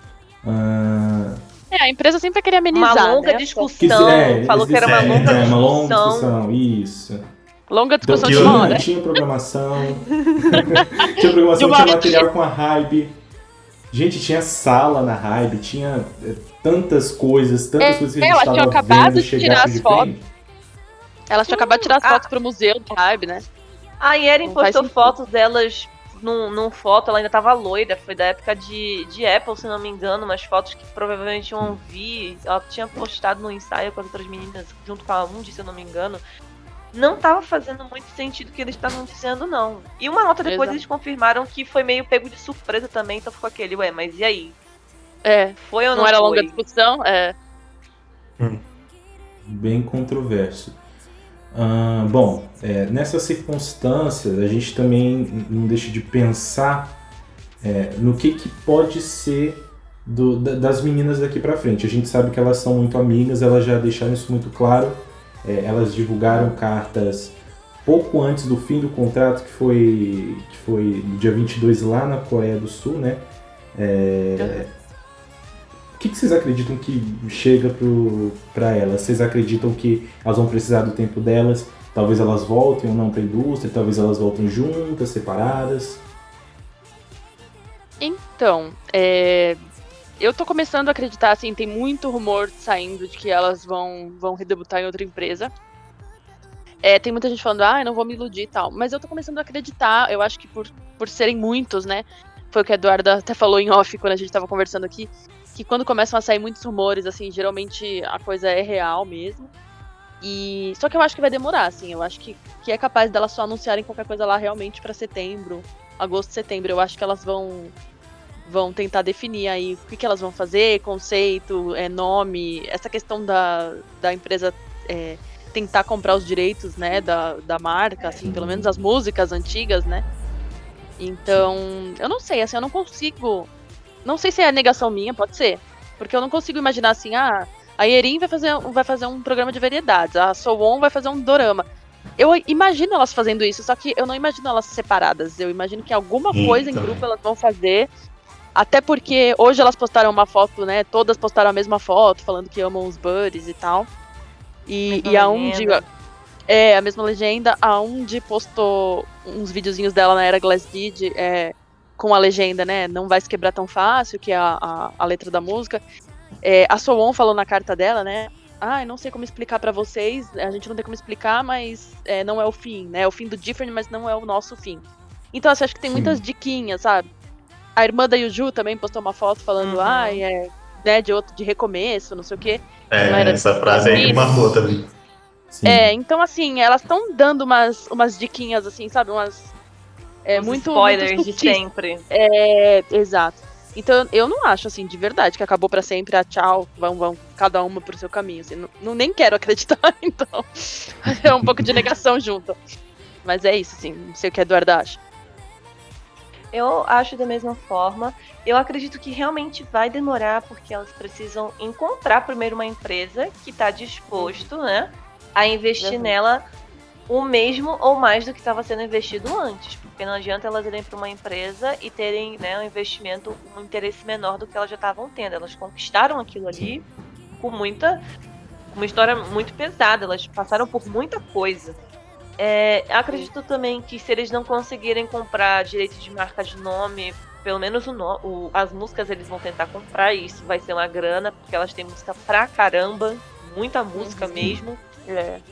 Ah, É, a empresa sempre queria Uma amenizar, longa né? discussão, que- é, falou que era uma eles- longa é, uma longa discussão. discussão, isso. Longa Então, discussão de que uma tinha, hora. tinha programação, tinha programação, De uma tinha hora. material com a Hybe. Gente, tinha sala na Hybe, tinha é, tantas coisas, tantas É, coisas que a gente elas estava tinham acabado vendo de chegar tirar aqui as de fotos. frente. Elas tinham acabado de tirar as Ah. fotos pro museu do Hybe, né? A Yeren Não faz postou sentido. fotos delas num, num foto, ela ainda tava loira, foi da época de, de Apple, se não me engano, umas fotos que provavelmente iam vi. Ela tinha postado no ensaio com as outras meninas, junto com a Undi, se eu não me engano. Não tava fazendo muito sentido o que eles estavam dizendo, não. E uma nota depois Exato. eles confirmaram que foi meio pego de surpresa também, então ficou aquele, ué, mas e aí? É, Foi ou não, não era foi? longa discussão, é. Bem controverso. Ah, bom, é, nessas circunstâncias, a gente também não deixa de pensar é, no que, que pode ser do- da- das meninas daqui pra frente. A gente sabe que elas são muito amigas, elas já deixaram isso muito claro. É, elas divulgaram cartas pouco antes do fim do contrato, que foi, que foi no dia vinte e dois lá na Coreia do Sul, né? É, o que, que vocês acreditam que chega para elas? Vocês acreditam que elas vão precisar do tempo delas? Talvez elas voltem ou não para a indústria, talvez elas voltem juntas, separadas. Então, é, eu tô começando a acreditar, assim, tem muito rumor saindo de que elas vão, vão redebutar em outra empresa. É, tem muita gente falando, ah, eu não vou me iludir e tal. Mas eu tô começando a acreditar, eu acho que por, por serem muitos, né? Foi o que a Eduarda até falou em off quando a gente tava conversando aqui, que quando começam a sair muitos rumores, assim, geralmente a coisa é real mesmo. E só que eu acho que vai demorar, assim, eu acho que, que é capaz delas só anunciarem qualquer coisa lá realmente pra setembro, agosto, setembro. Eu acho que elas vão vão tentar definir aí o que, que elas vão fazer, conceito, é, nome, essa questão da, da empresa é, tentar comprar os direitos, né, da, da marca, assim, pelo menos as músicas antigas, né. Então, eu não sei, assim, eu não consigo, não sei se é negação minha, pode ser, porque eu não consigo imaginar assim, ah, a Yerin vai fazer, vai fazer um programa de variedades, a Sowon vai fazer um dorama. Eu imagino elas fazendo isso, só que eu não imagino elas separadas. Eu imagino que alguma Sim, coisa em também. grupo elas vão fazer. Até porque hoje elas postaram uma foto, né? Todas postaram a mesma foto, falando que amam os buddies e tal. E, Mesma e a Undi, legenda. é, a mesma legenda. A Undi postou uns videozinhos dela na Era Glass Did, é, com a legenda, né? Não vai se quebrar tão fácil, que é a, a, a letra da música. É, a Sowon falou na carta dela, né? Ah, eu não sei como explicar pra vocês, a gente não tem como explicar, mas é, não é o fim, né? É o fim do Different, mas não é o nosso fim. Então, assim, acho que tem Sim. muitas diquinhas, sabe? A irmã da Yuju também postou uma foto falando, Uhum. ai, é, né, de outro, de recomeço, não sei o quê. É, Não era essa frase aí me marcou também. Sim. É, então assim, elas estão dando umas, umas diquinhas assim, sabe? Umas. É, Os muito, spoilers muito de sutis. sempre. É, exato. Então eu não acho, assim, de verdade, que acabou pra sempre, ah, tchau, vão, vão, cada uma pro seu caminho. Assim, não, não nem quero acreditar, então. É um pouco de negação junto. Mas é isso, assim, não sei o que a Eduarda acha. Eu acho da mesma forma. Eu acredito que realmente vai demorar, porque elas precisam encontrar primeiro uma empresa que está disposto, né, a investir Uhum. nela o mesmo ou mais do que estava sendo investido antes. Porque não adianta elas irem para uma empresa e terem, né, um investimento, um interesse menor do que elas já estavam tendo. Elas conquistaram aquilo ali com muita. Uma história muito pesada. Elas passaram por muita coisa. É, acredito também que se eles não conseguirem comprar direito de marca de nome, pelo menos o, no, o as músicas eles vão tentar comprar, e isso vai ser uma grana, porque elas têm música pra caramba, muita música Uhum. mesmo. É.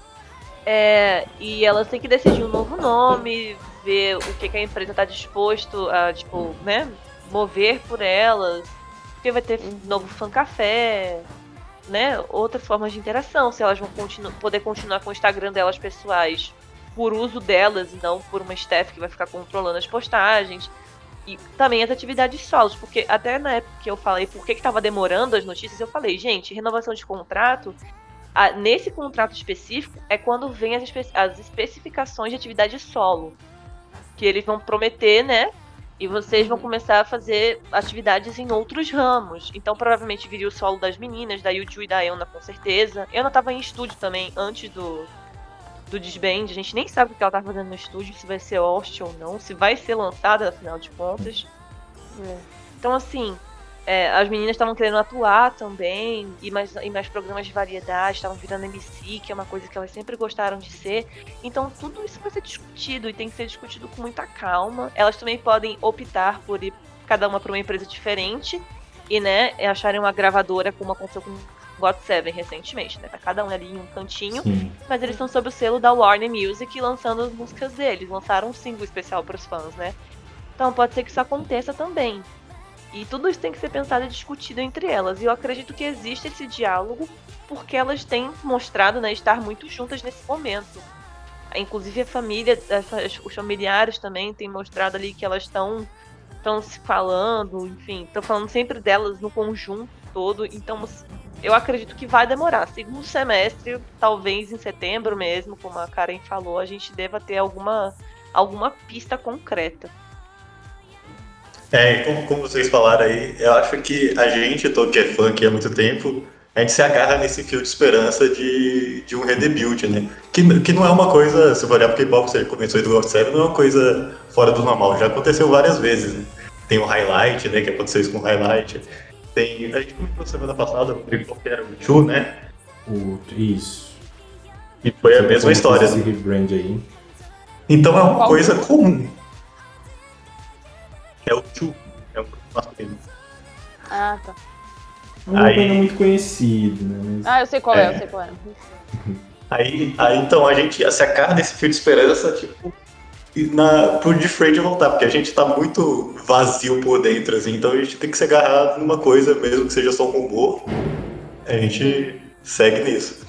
É, e elas têm que decidir um novo nome, ver o que, que a empresa tá disposto a, tipo, né, mover por elas, porque vai ter Uhum. novo fan café, né, outras formas de interação, se elas vão continu- poder continuar com o Instagram delas pessoais por uso delas e não por uma staff que vai ficar controlando as postagens. E também as atividades solos, porque até na época que eu falei por que que tava demorando as notícias, eu falei, gente, renovação de contrato, a- nesse contrato específico é quando vem as, espe- as especificações de atividade solo, que eles vão prometer, né? E vocês vão Uhum. começar a fazer atividades em outros ramos. Então, provavelmente viria o solo das meninas, da Yuju e da Euna, com certeza. Euna tava em estúdio também, antes do, do Disband. A gente nem sabe o que ela tá fazendo no estúdio, se vai ser host ou não, se vai ser lançada, afinal de contas. É. Então, assim, é, as meninas estavam querendo atuar também, e mais, e mais programas de variedade, estavam virando M C, que é uma coisa que elas sempre gostaram de ser. Então, tudo isso vai ser discutido e tem que ser discutido com muita calma. Elas também podem optar por ir cada uma para uma empresa diferente e, né, acharem uma gravadora, como aconteceu com God Seven recentemente, né? Tá cada um ali em um cantinho, Sim. mas eles estão sob o selo da Warner Music lançando as músicas deles. Lançaram um single especial para os fãs, né? Então pode ser que isso aconteça também. E tudo isso tem que ser pensado e discutido entre elas. E eu acredito que existe esse diálogo porque elas têm mostrado, né, estar muito juntas nesse momento. Inclusive a família, as- os familiares também têm mostrado ali que elas estão estão se falando, enfim, estão falando sempre delas no conjunto todo. Então eu acredito que vai demorar. Segundo semestre, talvez em setembro mesmo, como a Karen falou, a gente deva ter alguma, alguma pista concreta. É, como, como vocês falaram aí, eu acho que a gente, todo que é fã aqui há muito tempo, a gente se agarra nesse fio de esperança de, de um redebuild, né? Que, que não é uma coisa, se for olhar pro K-pop, você começou aí do God Seven, não é uma coisa fora do normal, já aconteceu várias vezes, né? Tem o Highlight, né, que aconteceu isso com o Highlight. Tem, a gente comentou semana passada, o Tripop que era o Chu, né? O, isso. E foi a Foi mesma quando história, fez esse né? rebrand aí. Então é uma Qual coisa grupo? comum. É o Chu, é um grupo masculino. Ah, tá. É um grupo Aí- ainda muito conhecido, né? Mas Ah, eu sei qual é, É. eu sei qual é. Aí, aí então a gente se agarra nesse fio de esperança, tipo, e na, pro Defrade voltar, porque a gente tá muito vazio por dentro, assim, então a gente tem que se agarrar numa coisa, mesmo que seja só um rumor, a gente segue nisso.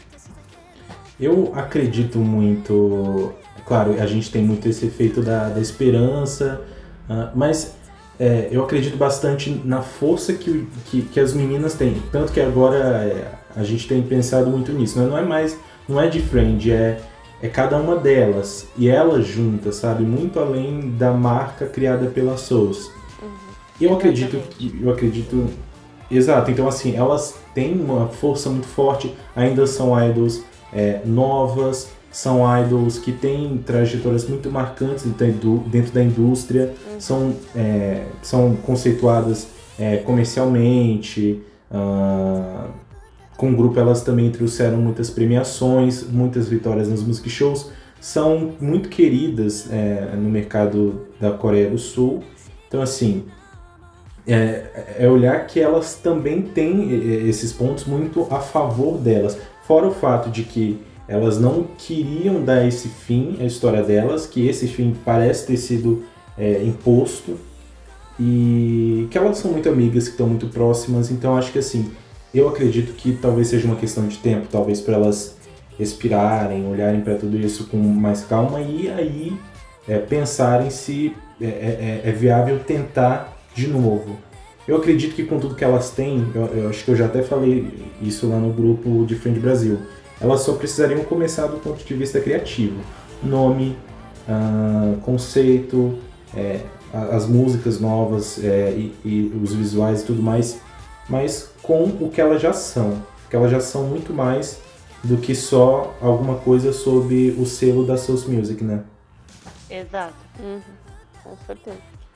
eu acredito muito. Claro, a gente tem muito esse efeito da, da esperança, ah, mas é, eu acredito bastante na força que, o- que, que as meninas têm. Tanto que agora é, a gente tem pensado muito nisso, né? Não é mais. Não é de friend, é, é cada uma delas. E elas juntas, sabe? Muito além da marca criada pela Souls. Eu acredito que. Eu acredito. Exato, então assim, elas têm uma força muito forte, ainda são idols é, novas, são idols que têm trajetórias muito marcantes dentro da indú- dentro da indústria, são, é, são conceituadas é, comercialmente, ah, com o grupo elas também trouxeram muitas premiações, muitas vitórias nos music shows, são muito queridas é, no mercado da Coreia do Sul, então assim, é, é olhar que elas também têm eh, esses pontos muito a favor delas. Fora o fato de que elas não queriam dar esse fim à história delas, que esse fim parece ter sido é, imposto. e que elas são muito amigas, que estão muito próximas, então acho que assim, eu acredito que talvez seja uma questão de tempo, talvez para elas respirarem, olharem para tudo isso com mais calma e aí é, pensarem se é, é, é viável tentar de novo. Eu acredito que com tudo que elas têm, eu, eu acho que eu já até falei isso lá no grupo de Friend Brasil, elas só precisariam começar do ponto de vista criativo. Nome, uh, conceito, é, as músicas novas é, e, e os visuais e tudo mais, mas com o que elas já são. Porque elas já são muito mais do que só alguma coisa sob o selo da Source Music, né? Exato. Uhum. Com certeza.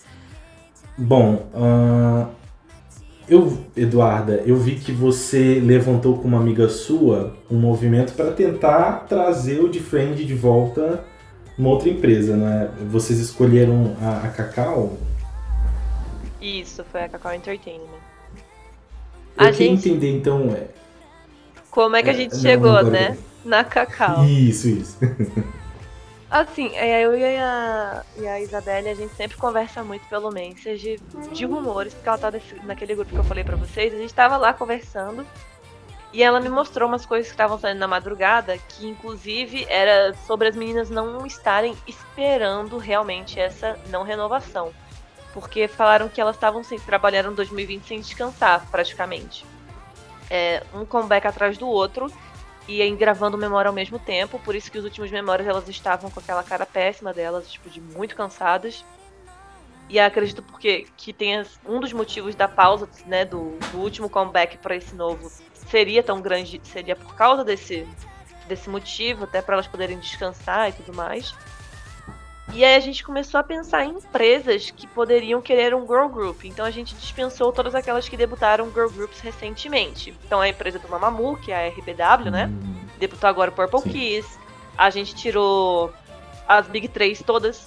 Bom, uh, eu, Eduarda, eu vi que você levantou com uma amiga sua um movimento para tentar trazer o Different de volta numa outra empresa, né? Vocês escolheram a, a Cacau? Isso, foi a Cacau Entertainment. Eu A queria gente... entender, então... É... Como é que a gente É, não, chegou, agora né? eu- Na Cacau. Isso, isso. Assim, é, eu e a, e a Isabelle, a gente sempre conversa muito pelo Message de rumores, porque ela tá nesse, naquele grupo que eu falei pra vocês, a gente tava lá conversando, e ela me mostrou umas coisas que estavam saindo na madrugada, que inclusive era sobre as meninas não estarem esperando realmente essa não renovação. Porque falaram que elas estavam sem trabalhar em dois mil e vinte sem descansar, praticamente. É, um comeback atrás do outro, e aí gravando memória ao mesmo tempo, por isso que os últimos memórias elas estavam com aquela cara péssima delas, tipo, de muito cansadas. E acredito porque que tenha um dos motivos da pausa, né, do, do último comeback para esse novo seria tão grande, seria por causa desse, desse motivo, até para elas poderem descansar e tudo mais. E aí a gente começou a pensar em empresas que poderiam querer um girl group. Então a gente dispensou todas aquelas que debutaram girl groups recentemente. Então a empresa do Mamamoo, que é a R B W, né? Hum, Debutou agora o Purple Sim. Kiss. A gente tirou as Big três todas.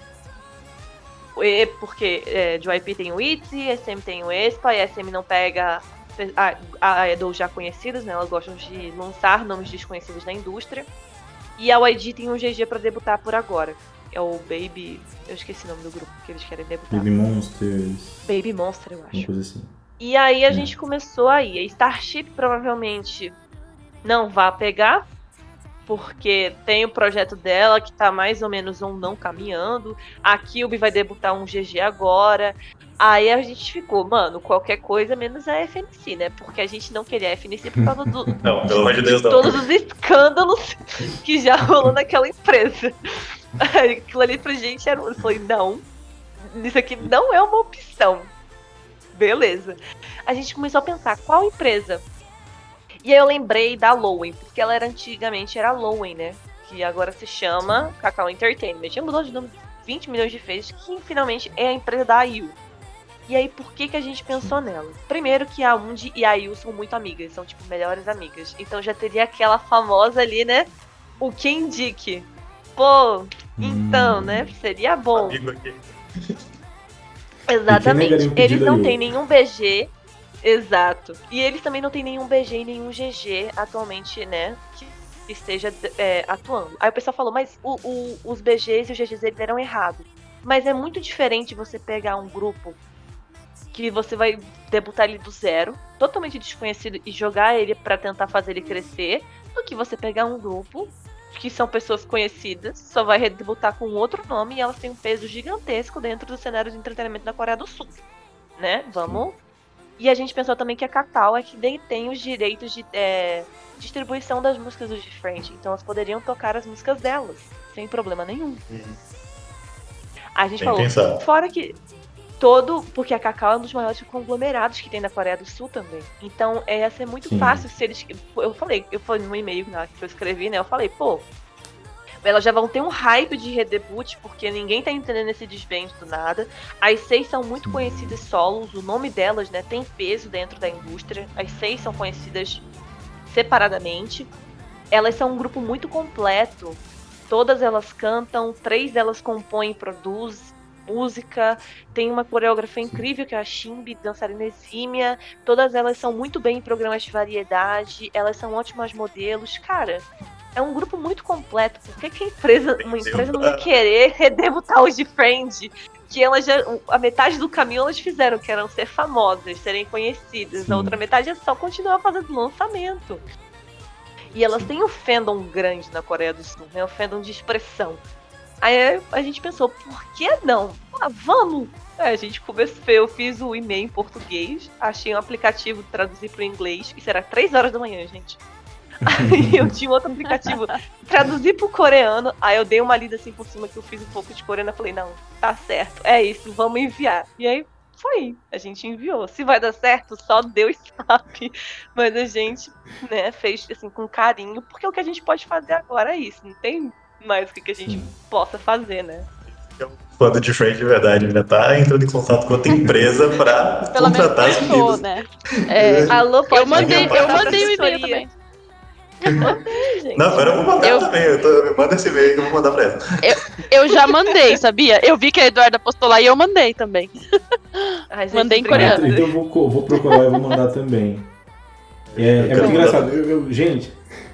E- Porque é, de Y P tem o ITZY, S M tem o Aespa, e a S M não pega a, a idols já conhecidas, né? Elas gostam de lançar nomes desconhecidos na indústria. E a Y G tem um G G pra debutar por agora. É o Baby... Eu esqueci o nome do grupo que eles querem debutar. Baby Monsters, Baby Monster, eu uma acho. coisa assim. E aí a É. gente começou aí. A Starship provavelmente não vai pegar, porque tem o projeto dela que tá mais ou menos ou não caminhando. A Cube vai debutar um G G agora. Aí a gente ficou, mano, qualquer coisa menos a F N C, né? Porque a gente não queria a F N C por causa do, Não, pelo amor de Deus, não. todos os escândalos que já rolou naquela empresa. Aquilo ali pra gente era. Eu falei, não, isso aqui não é uma opção. Beleza. A gente começou a pensar, qual empresa? E aí eu lembrei da Lowen, porque ela era antigamente era Lowen, né? Que agora se chama Cacau Entertainment. Já mudou de nome vinte milhões de vezes, que finalmente é a empresa da I U. E aí, por que que a gente pensou nela? Primeiro que a Undi e a I U são muito amigas, são tipo melhores amigas. Então já teria aquela famosa ali, né? O que indique. Pô, então, Hum. né? Seria bom. Amigo aqui. Exatamente. negaria um pedido Eles não aí? têm nenhum B G. Exato. E eles também não têm nenhum B G e nenhum G G atualmente, né? Que esteja é, atuando. Aí o pessoal falou, mas o, o, os B Gs e os G Gs eles eram errados. Mas é muito diferente você pegar um grupo que você vai debutar ele do zero, totalmente desconhecido, e jogar ele pra tentar fazer ele crescer, do que você pegar um grupo que são pessoas conhecidas, só vai redebutar com outro nome e elas têm um peso gigantesco dentro do cenário de entretenimento da Coreia do Sul, né? Vamos. E a gente pensou também que a Cacau é que tem os direitos de é, distribuição das músicas do Different, então elas poderiam tocar as músicas delas, sem problema nenhum. A gente Bem falou, pensado. fora que todo, porque a Cacau é um dos maiores conglomerados que tem na Coreia do Sul também. Então é, ia ser muito Sim. fácil se eles. Eu falei, eu falei no e-mail né, que eu escrevi, né? Eu falei, pô, elas já vão ter um hype de redebut, porque ninguém tá entendendo esse desvende do nada. As seis são muito conhecidas solos, o nome delas, né, tem peso dentro da indústria. As seis são conhecidas separadamente. Elas são um grupo muito completo. Todas elas cantam, três delas compõem e produzem. música, tem uma coreógrafa incrível que é a Shimbi, dançarina exímia, todas elas são muito bem em programas de variedade, elas são ótimas modelos, cara, é um grupo muito completo, por que, que a empresa, uma empresa não ia querer redebutar os de Friend, que elas já, a metade do caminho elas fizeram, que eram ser famosas, serem conhecidas, Sim. a outra metade é só continuar fazendo lançamento. E elas têm um fandom grande na Coreia do Sul, né? Um fandom de expressão. Aí a gente pensou, por que não? Ah, vamos! Aí a gente começou, eu fiz o e-mail em português, achei um aplicativo de traduzir para o inglês, isso era três horas da manhã, gente. Aí eu tinha outro aplicativo, traduzir pro coreano, aí eu dei uma lida assim por cima que eu fiz um pouco de coreano, eu falei, não, tá certo, é isso, vamos enviar. E aí foi, a gente enviou. Se vai dar certo, só Deus sabe. Mas a gente, né, fez assim com carinho, porque o que a gente pode fazer agora é isso, não tem mais o que a gente Sim. possa fazer, né? Fã de Friend de verdade, já tá entrando em contato com outra empresa pra Pelo contratar menos as meninas. né? É, Alô, pode eu mandei, eu mandei o e-mail também. Mandei, gente. Não, agora eu vou mandar eu... também. Eu tô, me manda esse e-mail que eu vou mandar pra ela. Eu, eu já mandei, sabia? Eu vi que a Eduarda postou lá e eu mandei também. Ai, gente, mandei em coreano. Então eu vou, vou procurar e vou mandar também. É, é muito engraçado. Eu, eu, gente.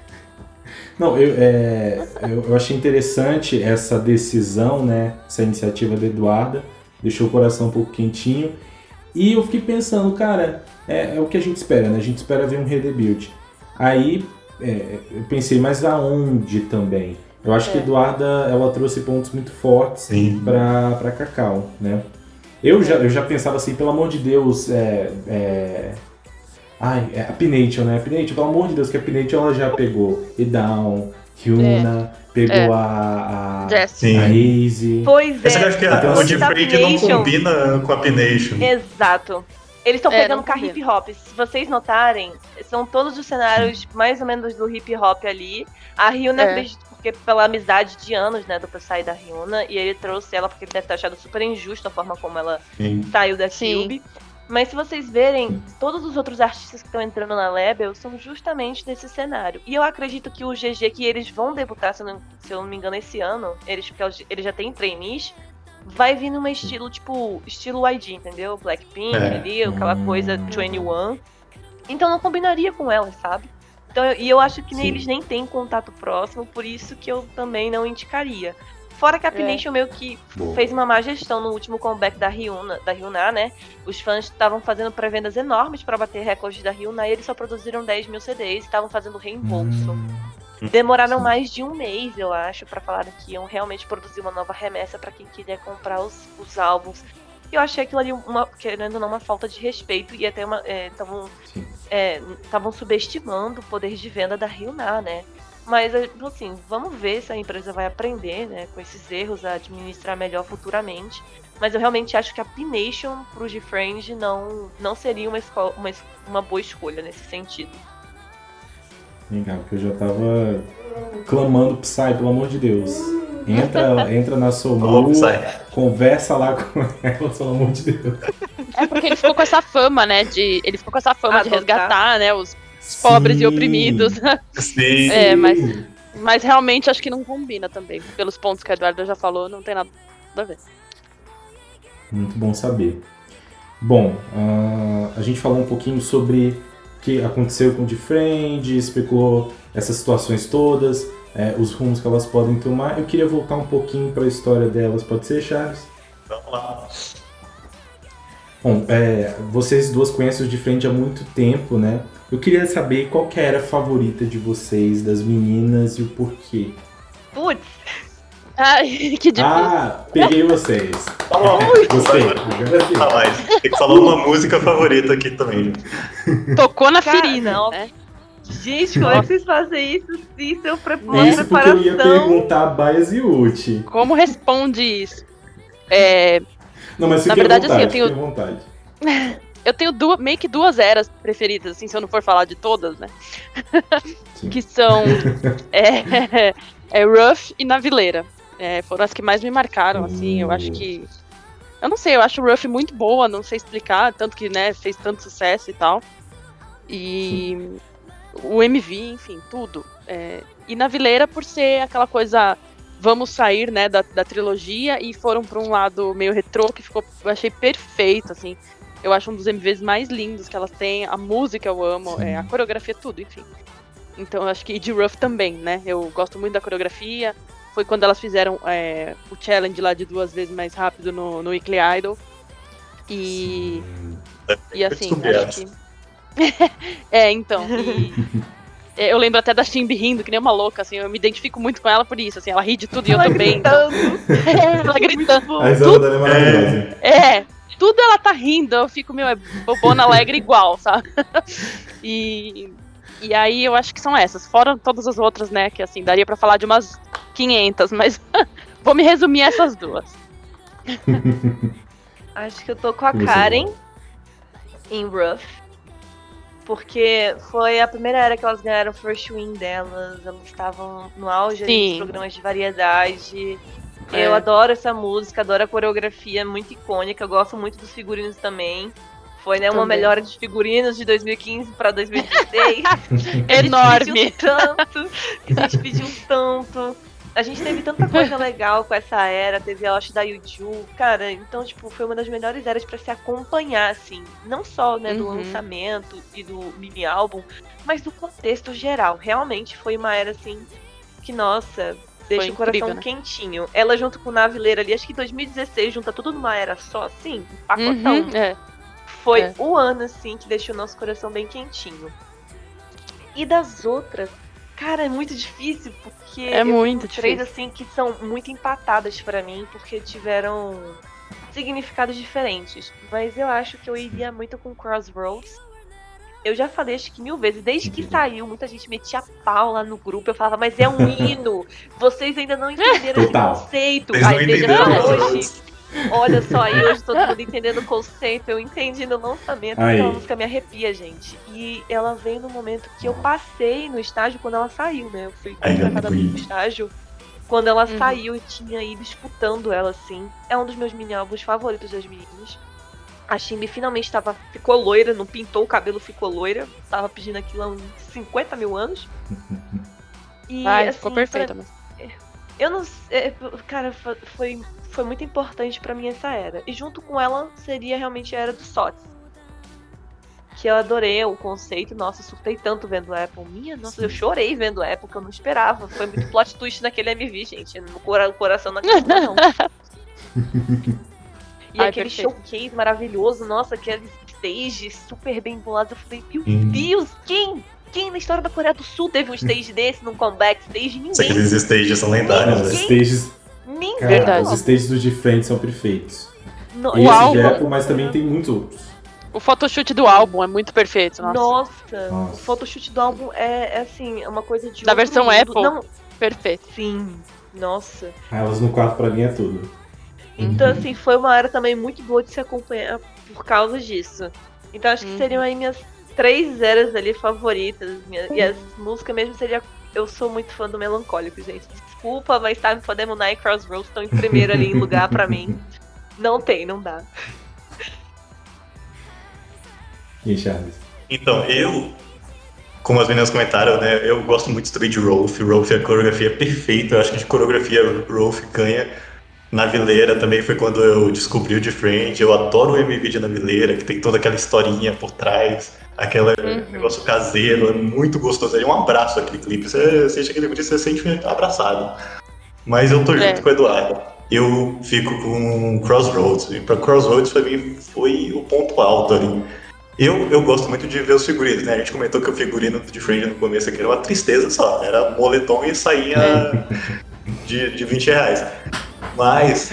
Não, eu, é, eu, eu achei interessante essa decisão, né? Essa iniciativa da Eduarda. Deixou o coração um pouco quentinho. E eu fiquei pensando, cara, é, é o que a gente espera, né? A gente espera ver um redebuild. Aí é, eu pensei, mas aonde também? Eu acho é. que a Eduarda, ela trouxe pontos muito fortes pra, pra Kakao, né? Eu, é. já, eu já pensava assim, pelo amor de Deus, é, é... Ai, é a Pination, né? A Pination, pelo amor de Deus, que a Pination ela já pegou Edown, Hyuna, é. pegou é. a, a, Sim. a Easy. Pois é. Essa eu acho que a, então, o de Freak não combina com a Pination. Exato. Eles estão é, pegando com a hip hop. Se vocês notarem, são todos os cenários mais ou menos do hip hop ali. A Hyuna, é. acredito, porque pela amizade de anos, né, do Psy da Hyuna, e ele trouxe ela porque ele deve ter achado super injusto a forma como ela Sim. saiu da Cube. Mas se vocês verem, todos os outros artistas que estão entrando na label são justamente desse cenário. E eu acredito que o G G, que eles vão debutar, se eu não, se eu não me engano, esse ano, eles, porque eles já têm trainees, vai vir numa estilo, tipo, estilo Y G, entendeu? Blackpink é. ali, aquela coisa vinte e um. Então não combinaria com elas, sabe? Então, e eu acho que nem eles nem têm contato próximo, por isso que eu também não indicaria. Fora que a Pination é. meio que Boa. fez uma má gestão no último comeback da Hyuna, da Hyuna, né? Os fãs estavam fazendo pré-vendas enormes para bater recordes da Hyuna e eles só produziram dez mil C Ds e estavam fazendo reembolso. Hum. Demoraram Sim. mais de um mês, eu acho, pra falar que iam realmente produzir uma nova remessa pra quem queria comprar os, os álbuns. E eu achei aquilo ali, uma, querendo ou não, uma falta de respeito e até uma. Estavam é, é, subestimando o poder de venda da Hyuna, né? Mas, assim, vamos ver se a empresa vai aprender, né, com esses erros, a administrar melhor futuramente. Mas eu realmente acho que a Pination pro G-Friend não, não seria uma, escola, uma, uma boa escolha nesse sentido. Legal, porque eu já tava clamando Psy, pelo amor de Deus. Entra, entra na Somu, conversa lá com ela, pelo amor de Deus. É porque ele ficou com essa fama, né, de... Ele ficou com essa fama ah, de resgatar, né, os... Os pobres e oprimidos. Sim. É, mas, mas realmente acho que não combina também. Pelos pontos que a Eduarda já falou, não tem nada a ver. Muito bom saber. Bom, uh, a gente falou um pouquinho sobre o que aconteceu com o D-Friend, especulou essas situações todas, é, os rumos que elas podem tomar. Eu queria voltar um pouquinho para a história delas. Pode ser, Charles? Vamos lá. Bom, é, vocês duas conhecem o D-Friend há muito tempo, né? Eu queria saber qual que era a favorita de vocês, das meninas, e o porquê. Putz! Ai, que difícil. Ah, peguei vocês. Fala, Gostei. Agora sim. Ah, tem que falar uma música favorita aqui também. Tocou na Cara, ferida. Não. Né? Gente, como é que vocês fazem isso? Isso eu preparo Isso porque eu ia perguntar a Bias e Uchi. Como responde isso? É... Não, mas na fique verdade, à vontade, assim, eu fique tenho... à vontade. Eu tenho duas, meio que duas eras preferidas, assim, se eu não for falar de todas, né? Que são é, é Ruff e Navileira. É, foram as que mais me marcaram, assim, eu acho que... Eu não sei, eu acho Ruff muito boa, não sei explicar, tanto que, né, fez tanto sucesso e tal. E Sim. o M V, enfim, tudo. É, e Navileira por ser aquela coisa vamos sair, né, da, da trilogia e foram pra um lado meio retrô que ficou, eu achei perfeito, assim. Eu acho um dos M Vs mais lindos que elas têm, a música eu amo, é, a coreografia, tudo, enfim. Então eu acho que Ed Ruff também, né, eu gosto muito da coreografia. Foi quando elas fizeram é, o challenge lá de duas vezes mais rápido no, no Weekly Idol. E, e assim, acho que... é, então, e... eu lembro até da Shinbi rindo, que nem uma louca, assim, eu me identifico muito com ela por isso, assim, ela ri de tudo e eu ela também. Gritando. Então... ela gritando. A risada dela é maravilhosa. É, tudo ela tá rindo, eu fico, meu, é bobona alegre igual, sabe? E, e aí eu acho que são essas, fora todas as outras, né, que assim, daria pra falar de umas quinhentas, mas vou me resumir a essas duas. Acho que eu tô com a Karen em Ruff. Porque foi a primeira era que elas ganharam o first win delas. Elas estavam no auge dos programas de variedade. É. Eu adoro essa música, adoro a coreografia, muito icônica. Eu gosto muito dos figurinos também. Foi, né, uma melhora de figurinos de dois mil e quinze para dois mil e dezesseis. Enorme! Tanto, a gente pediu tanto. A gente teve tanta coisa legal com essa era, teve a Osh da Yuju, cara, então, tipo, foi uma das melhores eras pra se acompanhar, assim, não só, né, do uhum. lançamento e do mini álbum, mas do contexto geral. Realmente foi uma era, assim, que, nossa, deixa foi o coração incrível, né? Quentinho. Ela junto com o Navileira ali, acho que dois mil e dezesseis, junta tudo numa era só, assim, um pacotão. Uhum, é. Foi é. o ano, assim, que deixou o nosso coração bem quentinho. E das outras, cara, é muito difícil, porque é muito três difícil. assim que são muito empatadas pra mim, porque tiveram significados diferentes. Mas eu acho que eu iria muito com Crossroads. Eu já falei acho que mil vezes, desde que saiu, muita gente metia pau lá no grupo. Eu falava, mas é um hino, vocês ainda não entenderam esse conceito. Vocês Aí veja hoje. Crossroads. Olha só, aí hoje todo mundo entendendo o conceito, eu entendi no lançamento, aí. Aquela música me arrepia, gente. E ela veio no momento que eu passei no estágio quando ela saiu, né? Eu fui contratada no estágio. Quando ela uhum. saiu, eu tinha ido escutando ela, assim. É um dos meus mini álbuns favoritos das meninas. A Shinbi finalmente tava, ficou loira, não pintou o cabelo, ficou loira. Tava pedindo aquilo há uns cinquenta mil anos. E, Ai, assim, ficou perfeita, pra... mas... Eu não sei, cara, foi, foi muito importante pra mim essa era. E junto com ela seria realmente a era do S O T S. Que eu adorei o conceito, nossa, eu surtei tanto vendo a Apple. Minha, nossa, Sim. eu chorei vendo a Apple, que eu não esperava. Foi muito plot twist naquele M V, gente. No cora- coração não acredita, não. E Ai, aquele perfeito. Showcase maravilhoso, nossa, aquele stage super bem bolado. Eu falei, meu hum. Deus, quem? Quem na história da Coreia do Sul teve um stage desse num comeback stage? Ninguém. Aqueles stages são lendários, né? Os stages, Ninguém. Cara, os stages do Different são perfeitos. No, Esse álbum, de Apple, mas também tem muitos outros. O photoshoot do álbum é muito perfeito, nossa. Nossa, nossa. O photoshoot do álbum é, é assim, é uma coisa de da versão mundo. Apple, Não... perfeito. Sim, nossa. Ah, elas no quarto pra mim é tudo. Então, uhum. assim, foi uma era também muito boa de se acompanhar por causa disso. Então, acho que uhum. seriam aí minhas três eras ali favoritas. Minha... Uhum. E as músicas mesmo seria... Eu sou muito fã do Melancólico, gente. Desculpa, mas Time for Them Night e Crossroads estão em primeiro ali em lugar pra mim. Não tem, não dá. E Charles? Então, eu, como as meninas comentaram, né, eu gosto muito também de Rolf. Rolf, a coreografia é perfeita. Eu acho que de coreografia Rolf ganha. Navileira também foi quando eu descobri o Different. Eu adoro o M V de Navileira, que tem toda aquela historinha por trás, aquele uhum. negócio caseiro, é muito gostoso. É um abraço aquele clipe. Você assiste aquele vídeo e você se sente abraçado. Mas eu tô junto é. com o Eduardo. Eu fico com Crossroads. E pra Crossroads, pra mim, foi o ponto alto ali. Eu, eu gosto muito de ver os figurinos, né? A gente comentou que o figurino do Different no começo aqui era uma tristeza só. Era moletom e sainha de, de vinte reais. Mas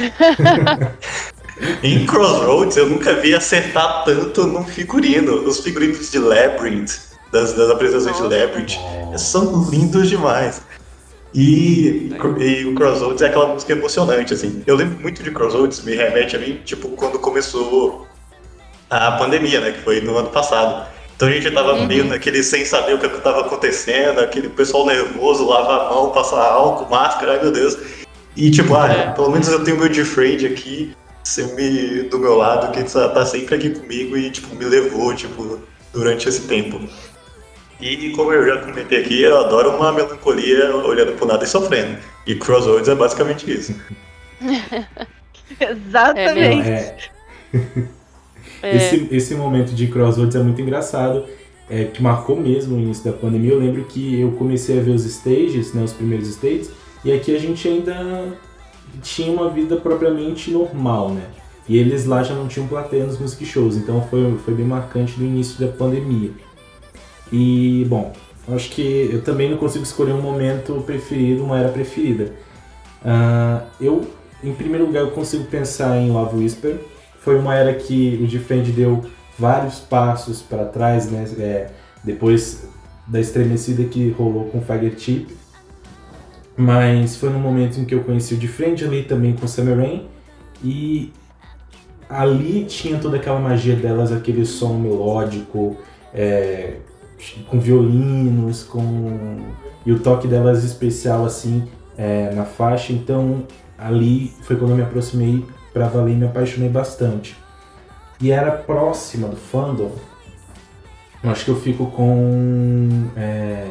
em Crossroads eu nunca vi acertar tanto num figurino. Os figurinos de Labyrinth, das, das apresentações de Labyrinth, são lindos demais. E, e o Crossroads é aquela música emocionante, assim. Eu lembro muito de Crossroads, me remete a mim, tipo, quando começou a pandemia, né, que foi no ano passado. Então a gente tava uhum. meio naquele sem saber o que estava acontecendo, aquele pessoal nervoso, lavar a mão, passar álcool, máscara, ai meu Deus. E tipo, ah, é. pelo menos eu tenho meu Different aqui, sempre do meu lado, que tá sempre aqui comigo e tipo, me levou, tipo, durante esse tempo. E como eu já comentei aqui, eu adoro uma melancolia olhando pro nada e sofrendo. E Crossroads é basicamente isso. Exatamente. É, é... esse, esse momento de Crossroads é muito engraçado, é, que marcou mesmo o início da pandemia. Eu lembro que eu comecei a ver os stages, né, os primeiros stages, e aqui a gente ainda tinha uma vida propriamente normal, né? E eles lá já não tinham plateia nos music shows, então foi, foi bem marcante do início da pandemia. E, bom, acho que eu também não consigo escolher um momento preferido, uma era preferida. Uh, eu, em primeiro lugar, eu consigo pensar em Love Whisper. Foi uma era que o Defend deu vários passos para trás, né? É, depois da estremecida que rolou com Fingertip. Mas foi no momento em que eu conheci o Defend, ali também com Summer Rain. E ali tinha toda aquela magia delas, aquele som melódico, é, com violinos, com... e o toque delas especial assim, é, na faixa. Então ali foi quando eu me aproximei pra valer e me apaixonei bastante. E era próxima do fandom. Acho que eu fico com... É...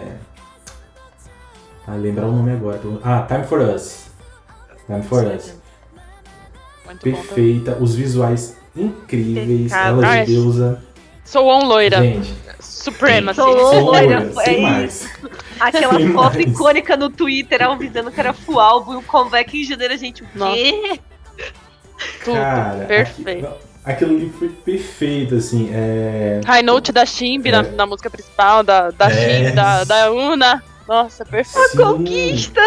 Ah, lembrar o nome agora. Ah, Time for Us. Time for Us. Muito Perfeita, os visuais incríveis, ela Ai, de deusa. Sou on loira. Gente, Suprema, assim. Sou Sou loira, loira, é sem isso. mais. Aquela Sem foto mais. icônica no Twitter avisando que era full álbum e o comeback em janeiro, a gente, o Nossa. quê? Tudo. Cara, Perfeito. aqui- aquilo ali foi perfeito, assim. É... High Note da Shimbi É. na, na música principal, da, da É. Shin, da, da Una. Nossa, perfeito. Sim. Conquista!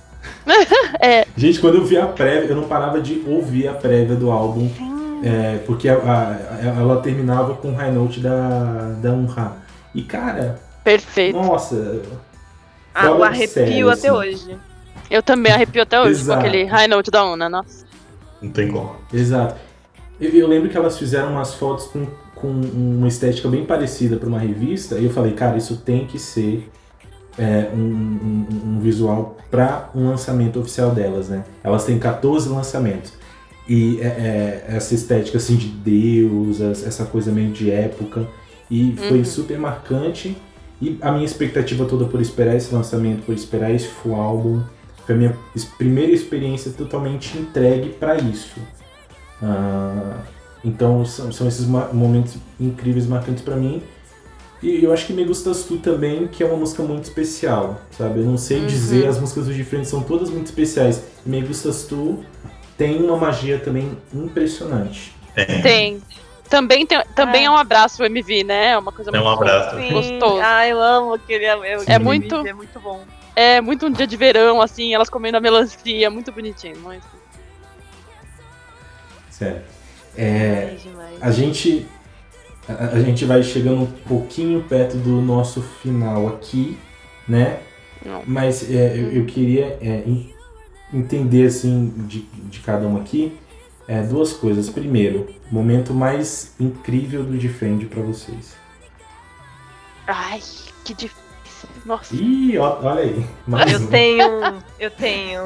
É, Gente, quando eu vi a prévia, eu não parava de ouvir a prévia do álbum, é, porque a- a- ela terminava com o high note da, da Unha. E cara, perfeito. nossa. Ah, o fora arrepio sério, até assim. hoje. Eu também arrepio até hoje Exato. com aquele High Note da Una, nossa. Não tem como. Exato. Eu, eu lembro que elas fizeram umas fotos com, com uma estética bem parecida para uma revista, e eu falei, cara, isso tem que ser é, um, um- um visual para um lançamento oficial delas, né? Elas têm catorze lançamentos. E é, é, essa estética assim de deusas, essa coisa meio de época, e foi Uhum. super marcante. E a minha expectativa toda por esperar esse lançamento, por esperar esse full álbum, foi a minha es- primeira experiência totalmente entregue para isso. Ah, então são, são esses ma- momentos incríveis, marcantes para mim. E eu acho que Me Gustas Tu também, que é uma música muito especial, sabe? Eu não sei Uhum. dizer, as músicas do Different são todas muito especiais. Me Gustas Tu tem uma magia também impressionante. Tem. Tem. Também, tem, também é. É. um abraço o M V, né? É uma coisa É um muito abraço. Sim. Gostoso. Ah, eu amo aquele. Eu, É muito- É muito bom. É muito um dia de verão, assim, elas comendo a melancia, muito bonitinho. Muito... Sério. É, É demais. a gente a, a gente vai chegando um pouquinho perto do nosso final aqui, né? Não. Mas é, eu, eu queria é, en- entender assim de, de cada uma aqui é, duas coisas. Primeiro, momento mais incrível do Defend pra vocês. Ai, que difícil. Nossa. Ih, ó- olha aí. Mais Eu um. tenho. Eu tenho.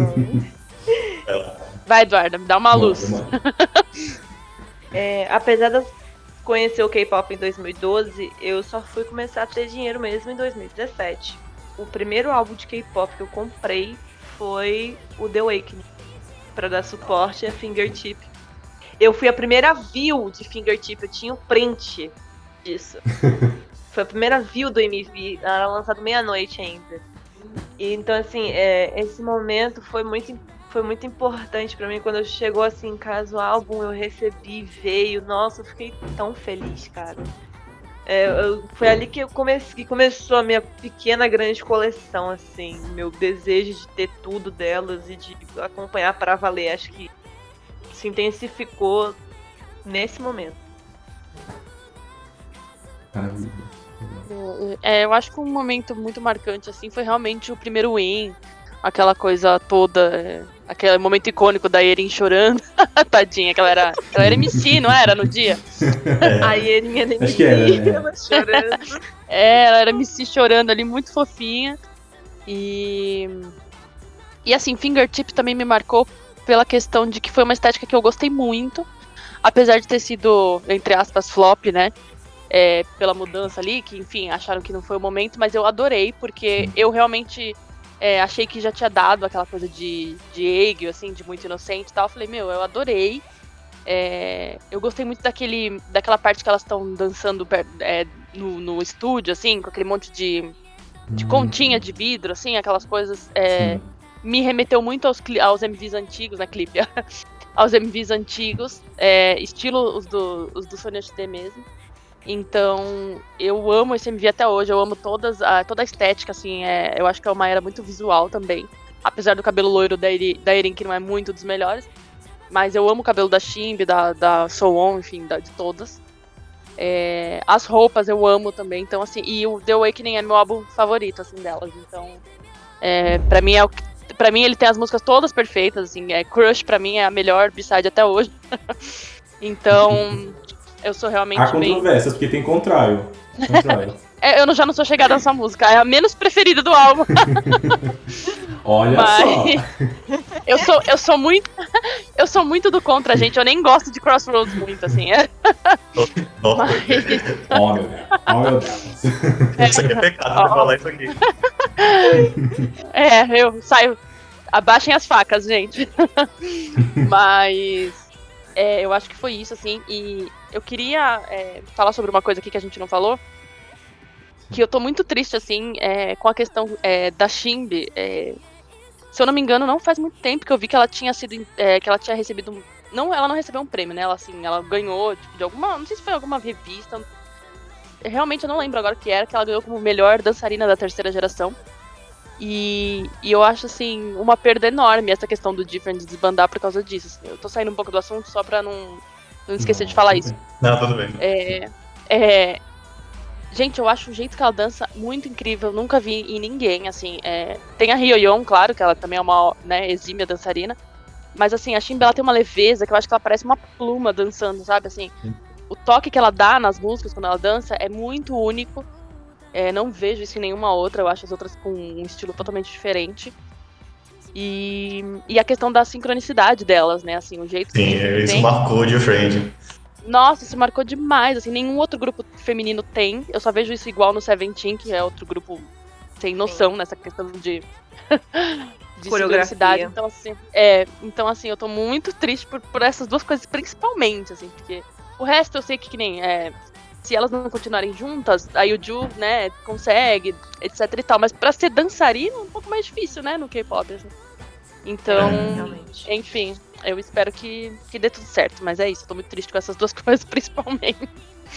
Vai, Eduarda, me dá uma Bora, luz. bora. É, apesar de eu conhecer o K-pop em dois mil e doze, eu só fui começar a ter dinheiro mesmo em dois mil e dezessete. O primeiro álbum de K-pop que eu comprei foi o The Awakening, pra dar suporte a Fingertip. Eu fui a primeira view de Fingertip, eu tinha o print disso. Foi a primeira view do M V, ela era lançada meia-noite ainda. E, então, assim, é, esse momento foi muito, foi muito importante pra mim. Quando chegou assim em casa o álbum, eu recebi, veio. Nossa, eu fiquei tão feliz, cara. É, eu- foi ali que, eu comecei, que começou a minha pequena, grande coleção, assim. Meu desejo de ter tudo delas e de acompanhar pra valer. Acho que se intensificou nesse momento. Maravilha. É, eu acho que um momento muito marcante, assim, foi realmente o primeiro win. Aquela coisa toda, é, aquele momento icônico da Erin chorando. Tadinha, que ela era, ela era M C, não era, no dia? A Ierinha nem Acho que era, né? ela chorando. É, ela era M C chorando ali, muito fofinha. E. E assim, Fingertip também me marcou pela questão de que foi uma estética que eu gostei muito. Apesar de ter sido, entre aspas, flop, né? é, pela mudança ali, que enfim, acharam que não foi o momento, mas eu adorei, porque eu realmente é, achei que já tinha dado aquela coisa de, de Eggio, assim, de muito inocente e tal. Eu falei, meu, eu adorei. É, eu gostei muito daquele, daquela parte que elas estão dançando é, no, no estúdio, assim, com aquele monte de, de continha de vidro, assim, aquelas coisas. É, me remeteu muito aos, aos M Vs antigos, né, clipe? Aos M Vs antigos, é, estilo os do, os do Sony H D mesmo. Então, eu amo esse M V até hoje, eu amo todas, a, toda a estética, assim, é, eu acho que é uma era muito visual também. Apesar do cabelo loiro da, Eri, da Erin, que não é muito dos melhores. Mas eu amo o cabelo da Shimbi, da, da So-On, enfim, da, de todas. É, as roupas eu amo também, então assim, e o The Awakening é meu álbum favorito, assim, delas. Então, é, pra mim é o Pra mim ele tem as músicas todas perfeitas, assim, é, Crush pra mim é a melhor B-side até hoje. Então, eu sou realmente Há bem... controvérsias, porque tem Contrail. Contrail. É, eu não, já não sou chegada nessa música, é a menos preferida do álbum. Olha Mas... só. eu sou, eu sou muito. Eu sou muito do contra, gente. Eu nem gosto de Crossroads muito, assim. É. Mas... Oh, meu Deus. Oh, meu Deus. Isso aqui é pecado, oh. falar isso aqui. É, eu saio. Abaixem as facas, gente. Mas. É, eu acho que foi isso, assim. E eu queria é, falar sobre uma coisa aqui que a gente não falou. Que eu tô muito triste, assim, é, com a questão é, da Shimbi. É, se eu não me engano, não faz muito tempo que eu vi que ela tinha sido. É, que ela tinha recebido. Um, não, ela não recebeu um prêmio, né? Ela, assim, ela ganhou tipo, de alguma. Não sei se foi alguma revista. Realmente eu não lembro agora o que era, que ela ganhou como melhor dançarina da terceira geração. E, e eu acho, assim, uma perda enorme essa questão do Different desbandar por causa disso. Assim. Eu tô saindo um pouco do assunto só pra não, não esquecer não, de falar isso. Bem. Não, tudo bem. É. é Gente, eu acho o jeito que ela dança muito incrível. Nunca vi em ninguém, assim. É... Tem a Hyo-Yeon, claro, que ela também é uma, né, exímia dançarina. Mas, assim, a Shimbi, ela tem uma leveza que eu acho que ela parece uma pluma dançando, sabe? Assim, o toque que ela dá nas músicas quando ela dança é muito único. É, não vejo isso em nenhuma outra. Eu acho as outras com um estilo totalmente diferente. E, e a questão da sincronicidade delas, né? Assim, o jeito Sim, que isso tem... marcou de Friend. Nossa, isso marcou demais, assim, nenhum outro grupo feminino tem. Eu só vejo isso igual no Seventeen, que é outro grupo sem noção Sim. nessa questão de, de sincronicidade. Então assim, é, então, assim, eu tô muito triste por, por essas duas coisas, principalmente, assim, porque o resto eu sei que, que nem, é, se elas não continuarem juntas, aí o Ju, né, consegue, etc e tal. Mas pra ser dançarino é um pouco mais difícil, né, no K-pop, assim. Então, é, enfim... Eu espero que, que dê tudo certo, mas é isso, eu tô muito triste com essas duas coisas, principalmente.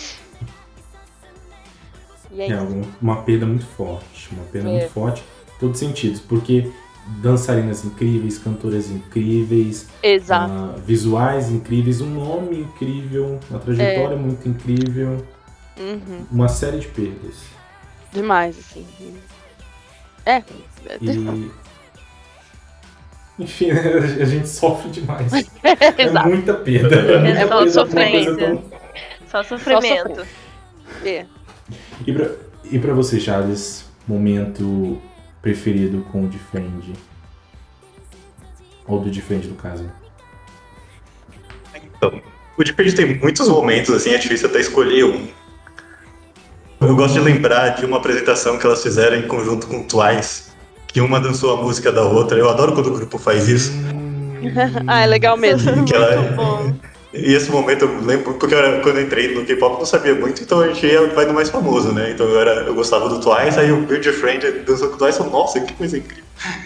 E é, é isso. Uma perda muito forte, uma perda é. muito forte em todos os sentidos, porque dançarinas incríveis, cantoras incríveis, Exato. Uh, visuais incríveis, um nome incrível, uma trajetória é. muito incrível, uhum. uma série de perdas. Demais, assim. É. E... Enfim, a gente sofre demais. É Exato. muita perda. É, muita é perda, sofrimento. Tão... Só sofrimento. Só é. E, pra, e pra você, Charles, momento preferido com o Defend? Ou do Defend, no caso? Então, o Defend tem muitos momentos, assim, é difícil até escolher um. Eu gosto de lembrar de uma apresentação que elas fizeram em conjunto com Twice. Que uma dançou a música da outra. Eu adoro quando o grupo faz isso. Ah, é legal mesmo. Que ela... E esse momento eu lembro, porque eu era, quando eu entrei no K-pop eu não sabia muito, então a gente ia, vai no mais famoso, né? Então eu, era, eu gostava do Twice, aí o Build Your Friend dançou com o Twice, eu, nossa, que coisa incrível.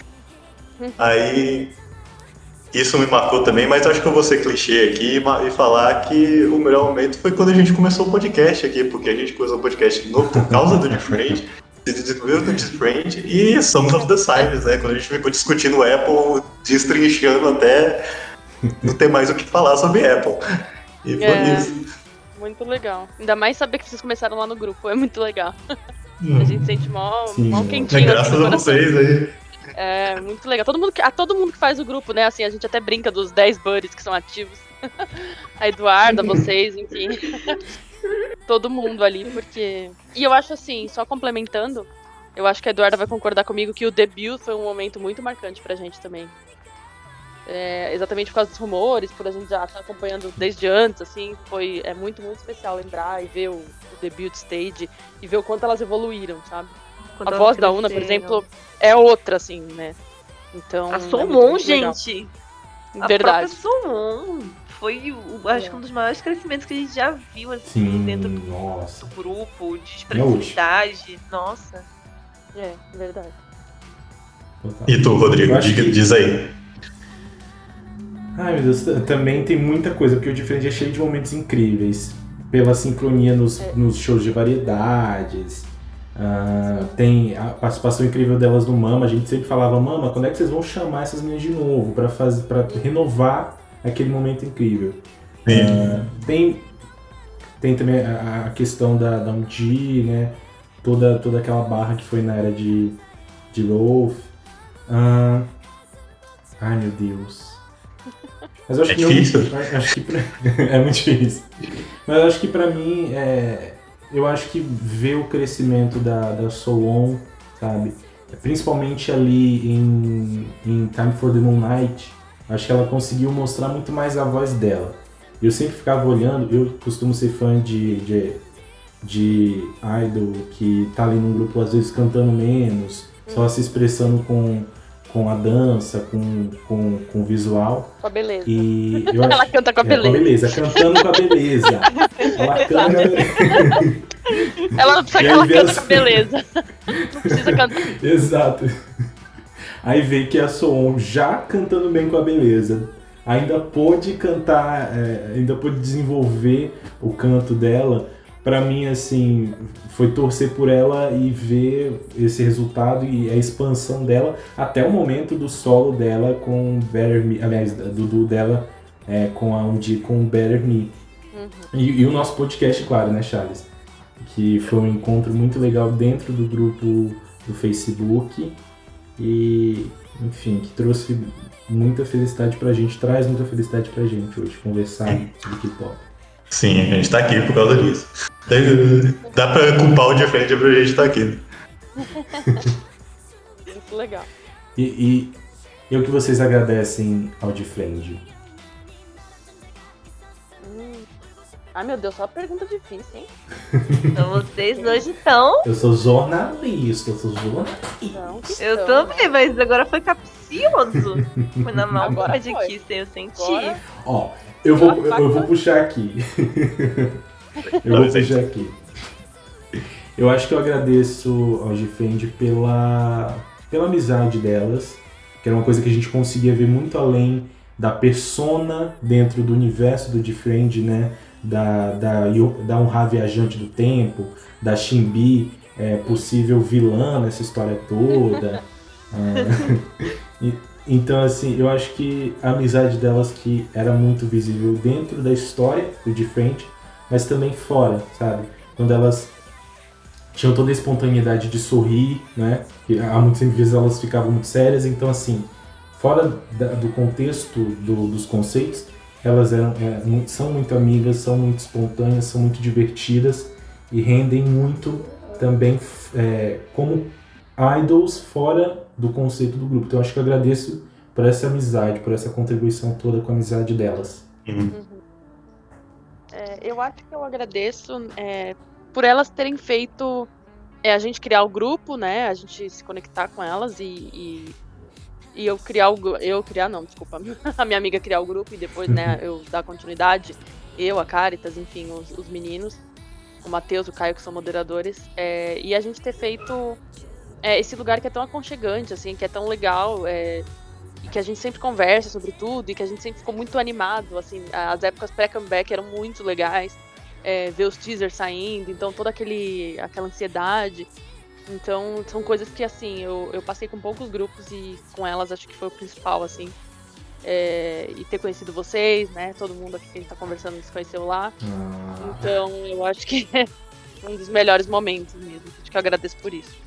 Aí isso me marcou também, mas acho que eu vou ser clichê aqui e falar que o melhor momento foi quando a gente começou o podcast aqui, porque a gente começou o podcast novo por causa do Different. Desenvolveu do Different e Songs of the Silence, né? Quando a gente ficou discutindo o Apple, destrinchando até não ter mais o que falar sobre Apple. E foi é, isso. Muito legal. Ainda mais saber que vocês começaram lá no grupo, é muito legal. Hum. A gente sente mó, mó quentinho. É graças assim, a vocês aí. É, muito legal. Todo mundo, a todo mundo que faz o grupo, né? Assim, a gente até brinca dos dez buddies que são ativos. A Eduarda, vocês, enfim. Todo mundo ali, porque... E eu acho assim, só complementando, eu acho que a Eduarda vai concordar comigo que o debut foi um momento muito marcante pra gente também. É, exatamente por causa dos rumores, por a gente já estar acompanhando desde antes, assim, foi é muito, muito especial lembrar e ver o, o debut stage e ver o quanto elas evoluíram, sabe? Quando a elas voz da Una, por cresceram. exemplo, é outra, assim, né? Então, A é Solon, muito, muito legal. gente! A Verdade. própria Solon foi, o, acho que um dos maiores crescimentos que a gente já viu, assim, Sim, dentro do, nossa. do grupo, de expressividade. Nossa. É, verdade. Total. E tu, Rodrigo, Eu acho diga- que- diz aí. Ai, meu Deus, t- também tem muita coisa, porque o Different é cheio de momentos incríveis. Pela sincronia nos, É. nos shows de variedades. Ah, tem a participação incrível delas no Mama. A gente sempre falava, Mama, quando é que vocês vão chamar essas meninas de novo? Pra, fazer, pra renovar aquele momento incrível. Ah, tem, tem também a, a questão da, da Undi, né? Toda, toda aquela barra que foi na era de, de Rolf. Ah, ai, meu Deus. Mas eu acho É que não- difícil? acho que pra- é muito difícil. Mas eu acho que pra mim, é, eu acho que ver o crescimento da, da Solon, sabe? Principalmente ali em, em Time for the Moonlight, acho que ela conseguiu mostrar muito mais a voz dela. Eu sempre ficava olhando, eu costumo ser fã de, de, de idol que tá ali num grupo às vezes cantando menos, só se expressando com, com a dança, com, com, com o visual. Com a beleza. E eu Ela acho, canta com a é, beleza. beleza, cantando com a beleza. Ela canta. Ela, só que E aí ela vê canta as- com beleza. Não precisa cantar. Exato. Aí vê que a Soon já cantando bem com a beleza, ainda pôde cantar, é, ainda pôde desenvolver o canto dela. Pra mim, assim, foi torcer por ela e ver esse resultado e a expansão dela até o momento do solo dela com Better Me, aliás, do, do dela é, com a Undi com Better Me. Uhum. E, e o nosso podcast, claro, né, Charles? Que foi um encontro muito legal dentro do grupo do Facebook e, enfim, que trouxe muita felicidade pra gente, traz muita felicidade pra gente hoje, conversar sobre K-pop. Sim, a gente tá aqui por causa disso. Dá pra culpar o Different pra gente estar aqui. né? Muito legal. E, e, e o que vocês agradecem ao Different? Hum. Ai, meu Deus, só uma pergunta difícil, hein? Então vocês hoje estão. Eu sou jornalista, eu sou jornalista. Não, que Eu estão, também, mas agora foi capcioso. Foi na Agora maldade foi. aqui, sem eu sentir. Agora- Ó, eu vou, eu, eu vou puxar aqui. Eu vou puxar aqui. Eu acho que eu agradeço ao Different pela, pela amizade delas, que era uma coisa que a gente conseguia ver muito além da persona dentro do universo do Different, né? Da, da, Yo- da Unha Viajante do Tempo, da Shinbi, é, possível vilã nessa história toda. Ah, e- então, assim, eu acho que a amizade delas que era muito visível dentro da história do Different, mas também fora, sabe? Quando elas tinham toda a espontaneidade de sorrir, né? Que há muitas vezes elas ficavam muito sérias, então assim, fora da- do contexto do- dos conceitos, elas eram, é, muito- são muito amigas, são muito espontâneas, são muito divertidas e rendem muito também é, como idols fora do conceito do grupo. Então eu acho que eu agradeço por essa amizade, por essa contribuição toda com a amizade delas. Hum. É, eu acho que eu agradeço é, por elas terem feito é, a gente criar o grupo, né? A gente se conectar com elas e, e, e eu criar o gru- eu criar não, desculpa, a minha amiga criar o grupo e depois, né? Eu dar continuidade, eu, a Caritas, enfim, os, os meninos, o Matheus, o Caio, que são moderadores, é, e a gente ter feito é, esse lugar que é tão aconchegante, assim, que é tão legal, é, e que a gente sempre conversa sobre tudo, e que a gente sempre ficou muito animado, assim, as épocas pré-comeback eram muito legais, é, ver os teasers saindo, então toda aquele, aquela ansiedade, então são coisas que, assim, eu, eu passei com poucos grupos e com elas acho que foi o principal, assim, é, e ter conhecido vocês, né, todo mundo aqui que a gente tá conversando se conheceu lá, Ah, então eu acho que é um dos melhores momentos mesmo, acho que eu agradeço por isso.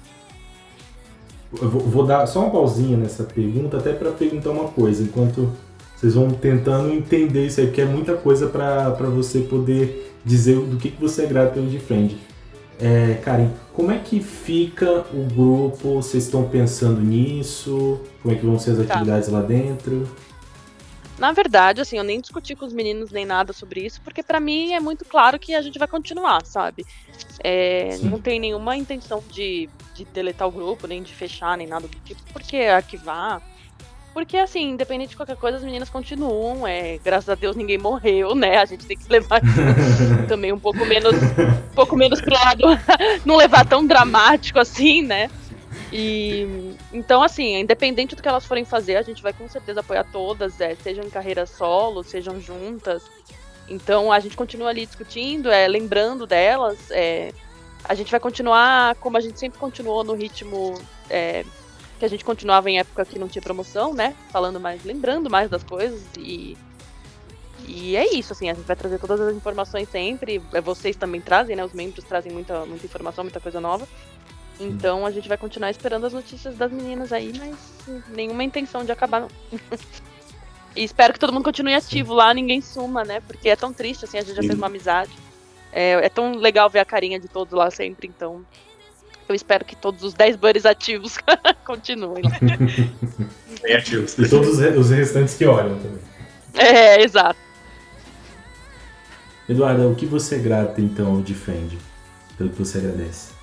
eu vou, vou dar só uma pausinha nessa pergunta, até para perguntar uma coisa, enquanto vocês vão tentando entender isso aí, porque é muita coisa para você poder dizer do que, que você é grato pelo Different. É, Karen, como é que fica o grupo? Vocês estão pensando nisso? Como é que vão ser as Tá. atividades lá dentro? Na verdade, assim, eu nem discuti com os meninos nem nada sobre isso, porque pra mim é muito claro que a gente vai continuar, sabe? É, não tem nenhuma intenção de, de deletar o grupo, nem de fechar, nem nada do tipo, porque arquivar. Porque, assim, independente de qualquer coisa, as meninas continuam. É, graças a Deus ninguém morreu, né? A gente tem que levar isso também um pouco menos, um pouco menos pro lado, não levar tão dramático assim, né? E então, assim, independente do que elas forem fazer, a gente vai com certeza apoiar todas, é, sejam em carreira solo, sejam juntas. Então a gente continua ali discutindo, é, lembrando delas. É, a gente vai continuar como a gente sempre continuou no ritmo é, que a gente continuava em época que não tinha promoção, né? Falando mais, lembrando mais das coisas e E é isso, assim, a gente vai trazer todas as informações sempre. Vocês também trazem, né? Os membros trazem muita, muita informação, muita coisa nova. Então a gente vai continuar esperando as notícias das meninas aí, mas nenhuma intenção de acabar, não. E espero que todo mundo continue ativo lá, ninguém suma, né? Porque é tão triste, assim, a gente já fez uma amizade. É, é tão legal ver a carinha de todos lá sempre, então eu espero que todos os dez buddies ativos continuem. Bem ativos. E todos os restantes que olham também. É, exato. Eduarda, o que você é grata, então, ao Defend? Pelo que você agradece?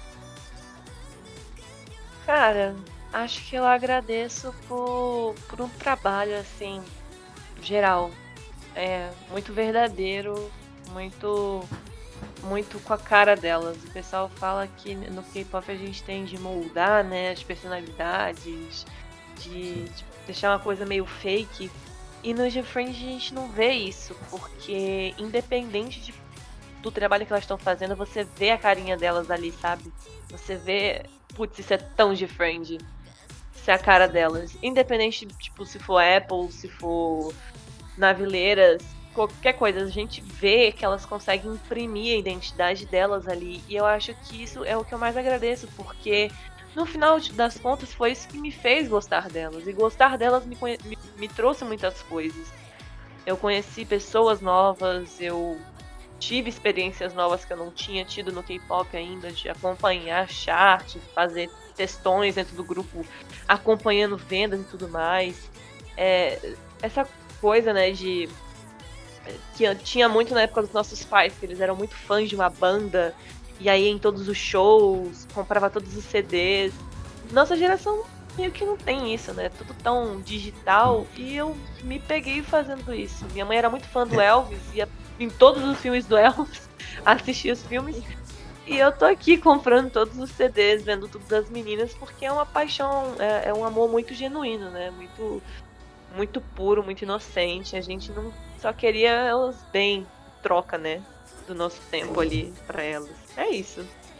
Cara, acho que eu agradeço por, por um trabalho, assim, geral. É, muito verdadeiro, muito, muito com a cara delas. O pessoal fala que no K-pop a gente tem de moldar, né, as personalidades, de, de deixar uma coisa meio fake. E no Defend a gente não vê isso, porque independente de, do trabalho que elas estão fazendo, você vê a carinha delas ali, sabe? Você vê, putz, isso é tão Defend. Isso é a cara delas. Independente, tipo, se for Apple, se for Navileiras, qualquer coisa, a gente vê que elas conseguem imprimir a identidade delas ali. E eu acho que isso é o que eu mais agradeço, porque no final das contas foi isso que me fez gostar delas. E gostar delas me, me, me trouxe muitas coisas. Eu conheci pessoas novas, eu tive experiências novas que eu não tinha tido no K-pop ainda, de acompanhar chart, fazer textões dentro do grupo, acompanhando vendas e tudo mais. É, essa coisa, né, de que tinha muito na época dos nossos pais, que eles eram muito fãs de uma banda, e aí em todos os shows, comprava todos os C Ds. Nossa geração meio que não tem isso, né? Tudo tão digital, e eu me peguei fazendo isso. Minha mãe era muito fã do Elvis, ia em todos os filmes do Elvis, assistia os filmes, e eu tô aqui comprando todos os C Ds, vendo tudo das meninas, porque é uma paixão, é, é um amor muito genuíno, né? Muito, muito puro, muito inocente. A gente não só queria elas bem, troca, né? Do nosso tempo ali pra elas. É isso.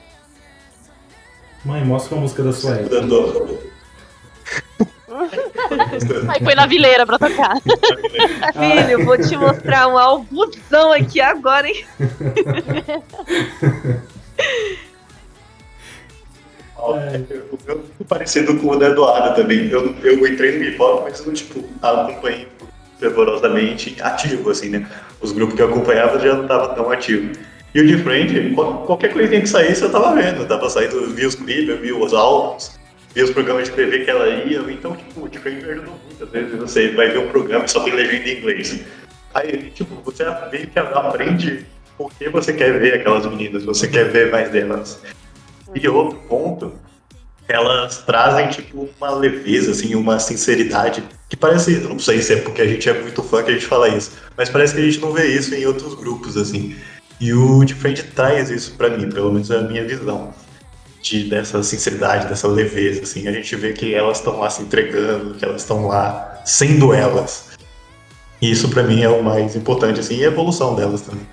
Mãe, mostra a música da sua época. Aí foi na vileira pra tocar. Filho, vou te mostrar um albuzão aqui agora, hein? Eu tô parecido com o da Eduarda também. Eu, eu entrei no K-pop, mas eu tipo, acompanhei fervorosamente, ativo, assim, né? Os grupos que eu acompanhava já não estavam tão ativos. E o Defend, qualquer coisinha que saísse eu tava vendo. Eu tava saindo, eu vi os clipes, eu vi os álbuns, vi os programas de T V que ela ia. Então, tipo, o Defend me ajudou muito. Às vezes você vai ver um programa e só tem legenda em inglês. Aí, tipo, você meio que aprende por que você quer ver aquelas meninas, você quer ver mais delas. E outro ponto, elas trazem, tipo, uma leveza, assim, uma sinceridade, que parece, não sei se é porque a gente é muito fã que a gente fala isso, mas parece que a gente não vê isso em outros grupos, assim. E o Defend traz isso pra mim, pelo menos é a minha visão, de, dessa sinceridade, dessa leveza, assim. A gente vê que elas estão lá se entregando, que elas estão lá sendo elas. E isso pra mim é o mais importante, assim, e a evolução delas também.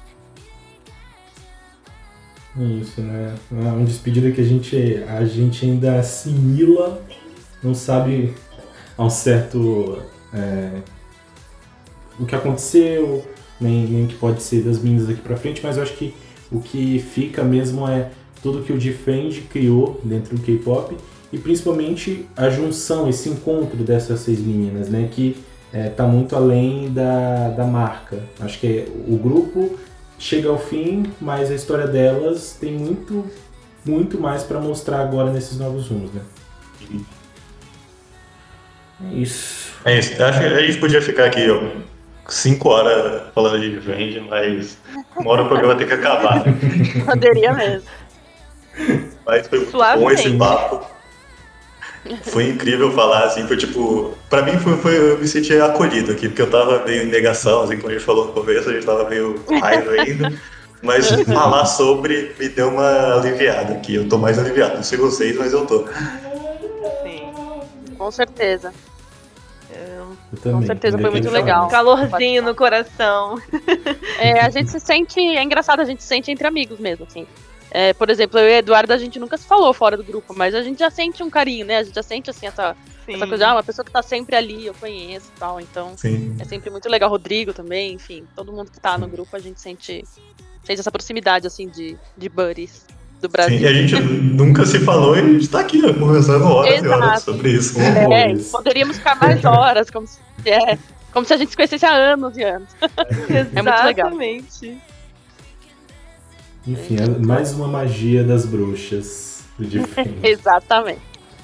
Isso, né? É um despedida que a gente, a gente ainda assimila, não sabe a um certo é, o que aconteceu, nem, nem o que pode ser das meninas daqui pra frente, mas eu acho que o que fica mesmo é tudo que o Defend criou dentro do K-pop e principalmente a junção, esse encontro dessas seis meninas, né? Que é, tá muito além da, da marca. Acho que é, o grupo chega ao fim, mas a história delas tem muito, muito mais para mostrar agora nesses novos rumos, né? É isso. É isso. Eu acho que a gente podia ficar aqui, ó, cinco horas falando de Friends, mas uma hora o programa tem que acabar. Poderia mesmo. Mas foi muito bom Suavemente. esse papo. Foi incrível falar, assim, foi tipo... Pra mim, foi, foi, eu me senti acolhido aqui, porque eu tava meio em negação, assim, quando a gente falou no começo, a gente tava meio raiva ainda. Mas falar sobre me deu uma aliviada aqui. Eu tô mais aliviado, não sei vocês, mas eu tô. Sim. Com certeza. Eu também. Com certeza, foi muito Ainda tem legal. chamadas. Calorzinho no coração. É, a gente se sente. É engraçado, a gente se sente entre amigos mesmo, assim. É, por exemplo, eu e a Eduardo, a gente nunca se falou fora do grupo, mas a gente já sente um carinho, né? A gente já sente, assim, essa, Sim. essa coisa, ah, uma pessoa que tá sempre ali, eu conheço e tal. Então, Sim. é sempre muito legal. Rodrigo também, enfim, todo mundo que tá no grupo, a gente sente, sente essa proximidade, assim, de, de buddies do Brasil. Sim, e a gente nunca se falou e a gente tá aqui, ó, conversando horas e horas Exato. sobre isso. É, Horrores. poderíamos ficar mais horas, como se, é, como se a gente se conhecesse há anos e anos. É muito legal. Exatamente. Enfim, é mais uma magia das bruxas de Friends. Exatamente.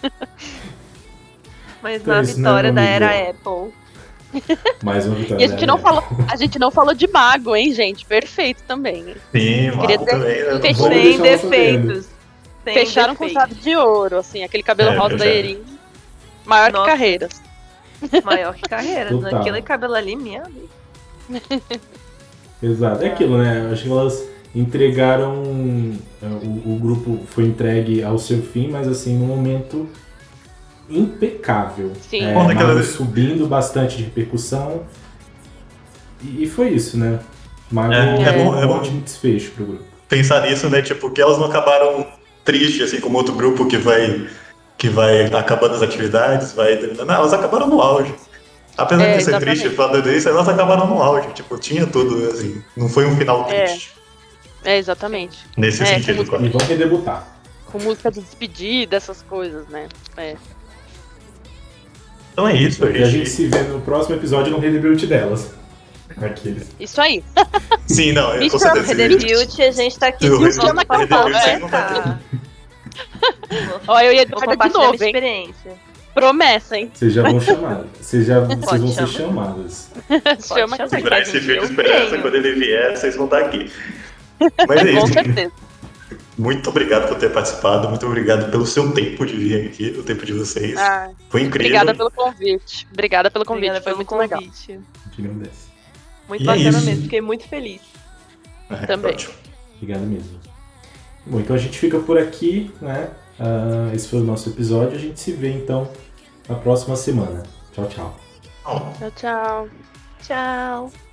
Mas Então na é isso, né, vitória meu da amigo? era Apple. Mais uma vitória. E a gente não né? falou, a gente não falou de mago, hein, gente? Perfeito também. hein? Sim, Queria Mago dizer- também, né? fechou- Vamos Sem deixar ela sabendo. defeitos. Sem Fecharam com defeitos. chave de ouro, assim, aquele cabelo É, rosa da fecharam. Erin. Maior Nossa. que carreiras. Maior que carreira. Total. Aquele cabelo ali, minha amiga. Exato, é aquilo, né? Eu acho que elas entregaram. é, O, o grupo foi entregue ao seu fim, mas assim, num momento impecável. Sim. É, Bom, naquela- Mago subindo bastante de repercussão. E, e foi isso, né? Mago É, é bom- um é bom. ótimo desfecho pro grupo. Pensar nisso, né? Tipo, que elas não acabaram tristes, assim, como outro grupo que vai, que vai acabando as atividades, vai terminando. Não, elas acabaram no auge. Apesar É, de ser exatamente. triste falando isso, elas acabaram no auge. Tipo, tinha tudo, assim. Não foi um final É. triste. É, exatamente. Nesse É, sentido, como- claro. E vão redebutar. Com música de despedida, essas coisas, né? É. Então é isso, E a gente gente. se vê no próximo episódio no Redebut delas. Aqueles. Isso aí. Sim, não, é, Me com chama, certeza. Redebuild, a gente tá aqui Se o de Redebuild- volta pra Redebuild conversar. não vai Ó, eu ia Vou Eduardo de compartilhar novo, minha hein? experiência. Promessa, hein? Vocês já vão chamar. Vocês já vocês Pode vão ser chamar. chamadas. Chama chamar. que Segurar esse fio de Eu esperança, tenho. quando ele vier, vocês vão estar aqui. Mas é com isso. certeza. Muito obrigado por ter participado, muito obrigado pelo seu tempo de vir aqui, o tempo de vocês. Ah, Foi incrível. obrigada pelo convite. Obrigada pelo convite, Obrigada foi pelo muito legal. convite. A gente agradece. Muito E é bacana isso. mesmo, fiquei muito feliz. É, Também. ótimo. Obrigado mesmo. Bom, então a gente fica por aqui, né? Ah, esse foi o nosso episódio. A gente se vê então na próxima semana. Tchau, tchau. Bom, Tchau, tchau. Tchau.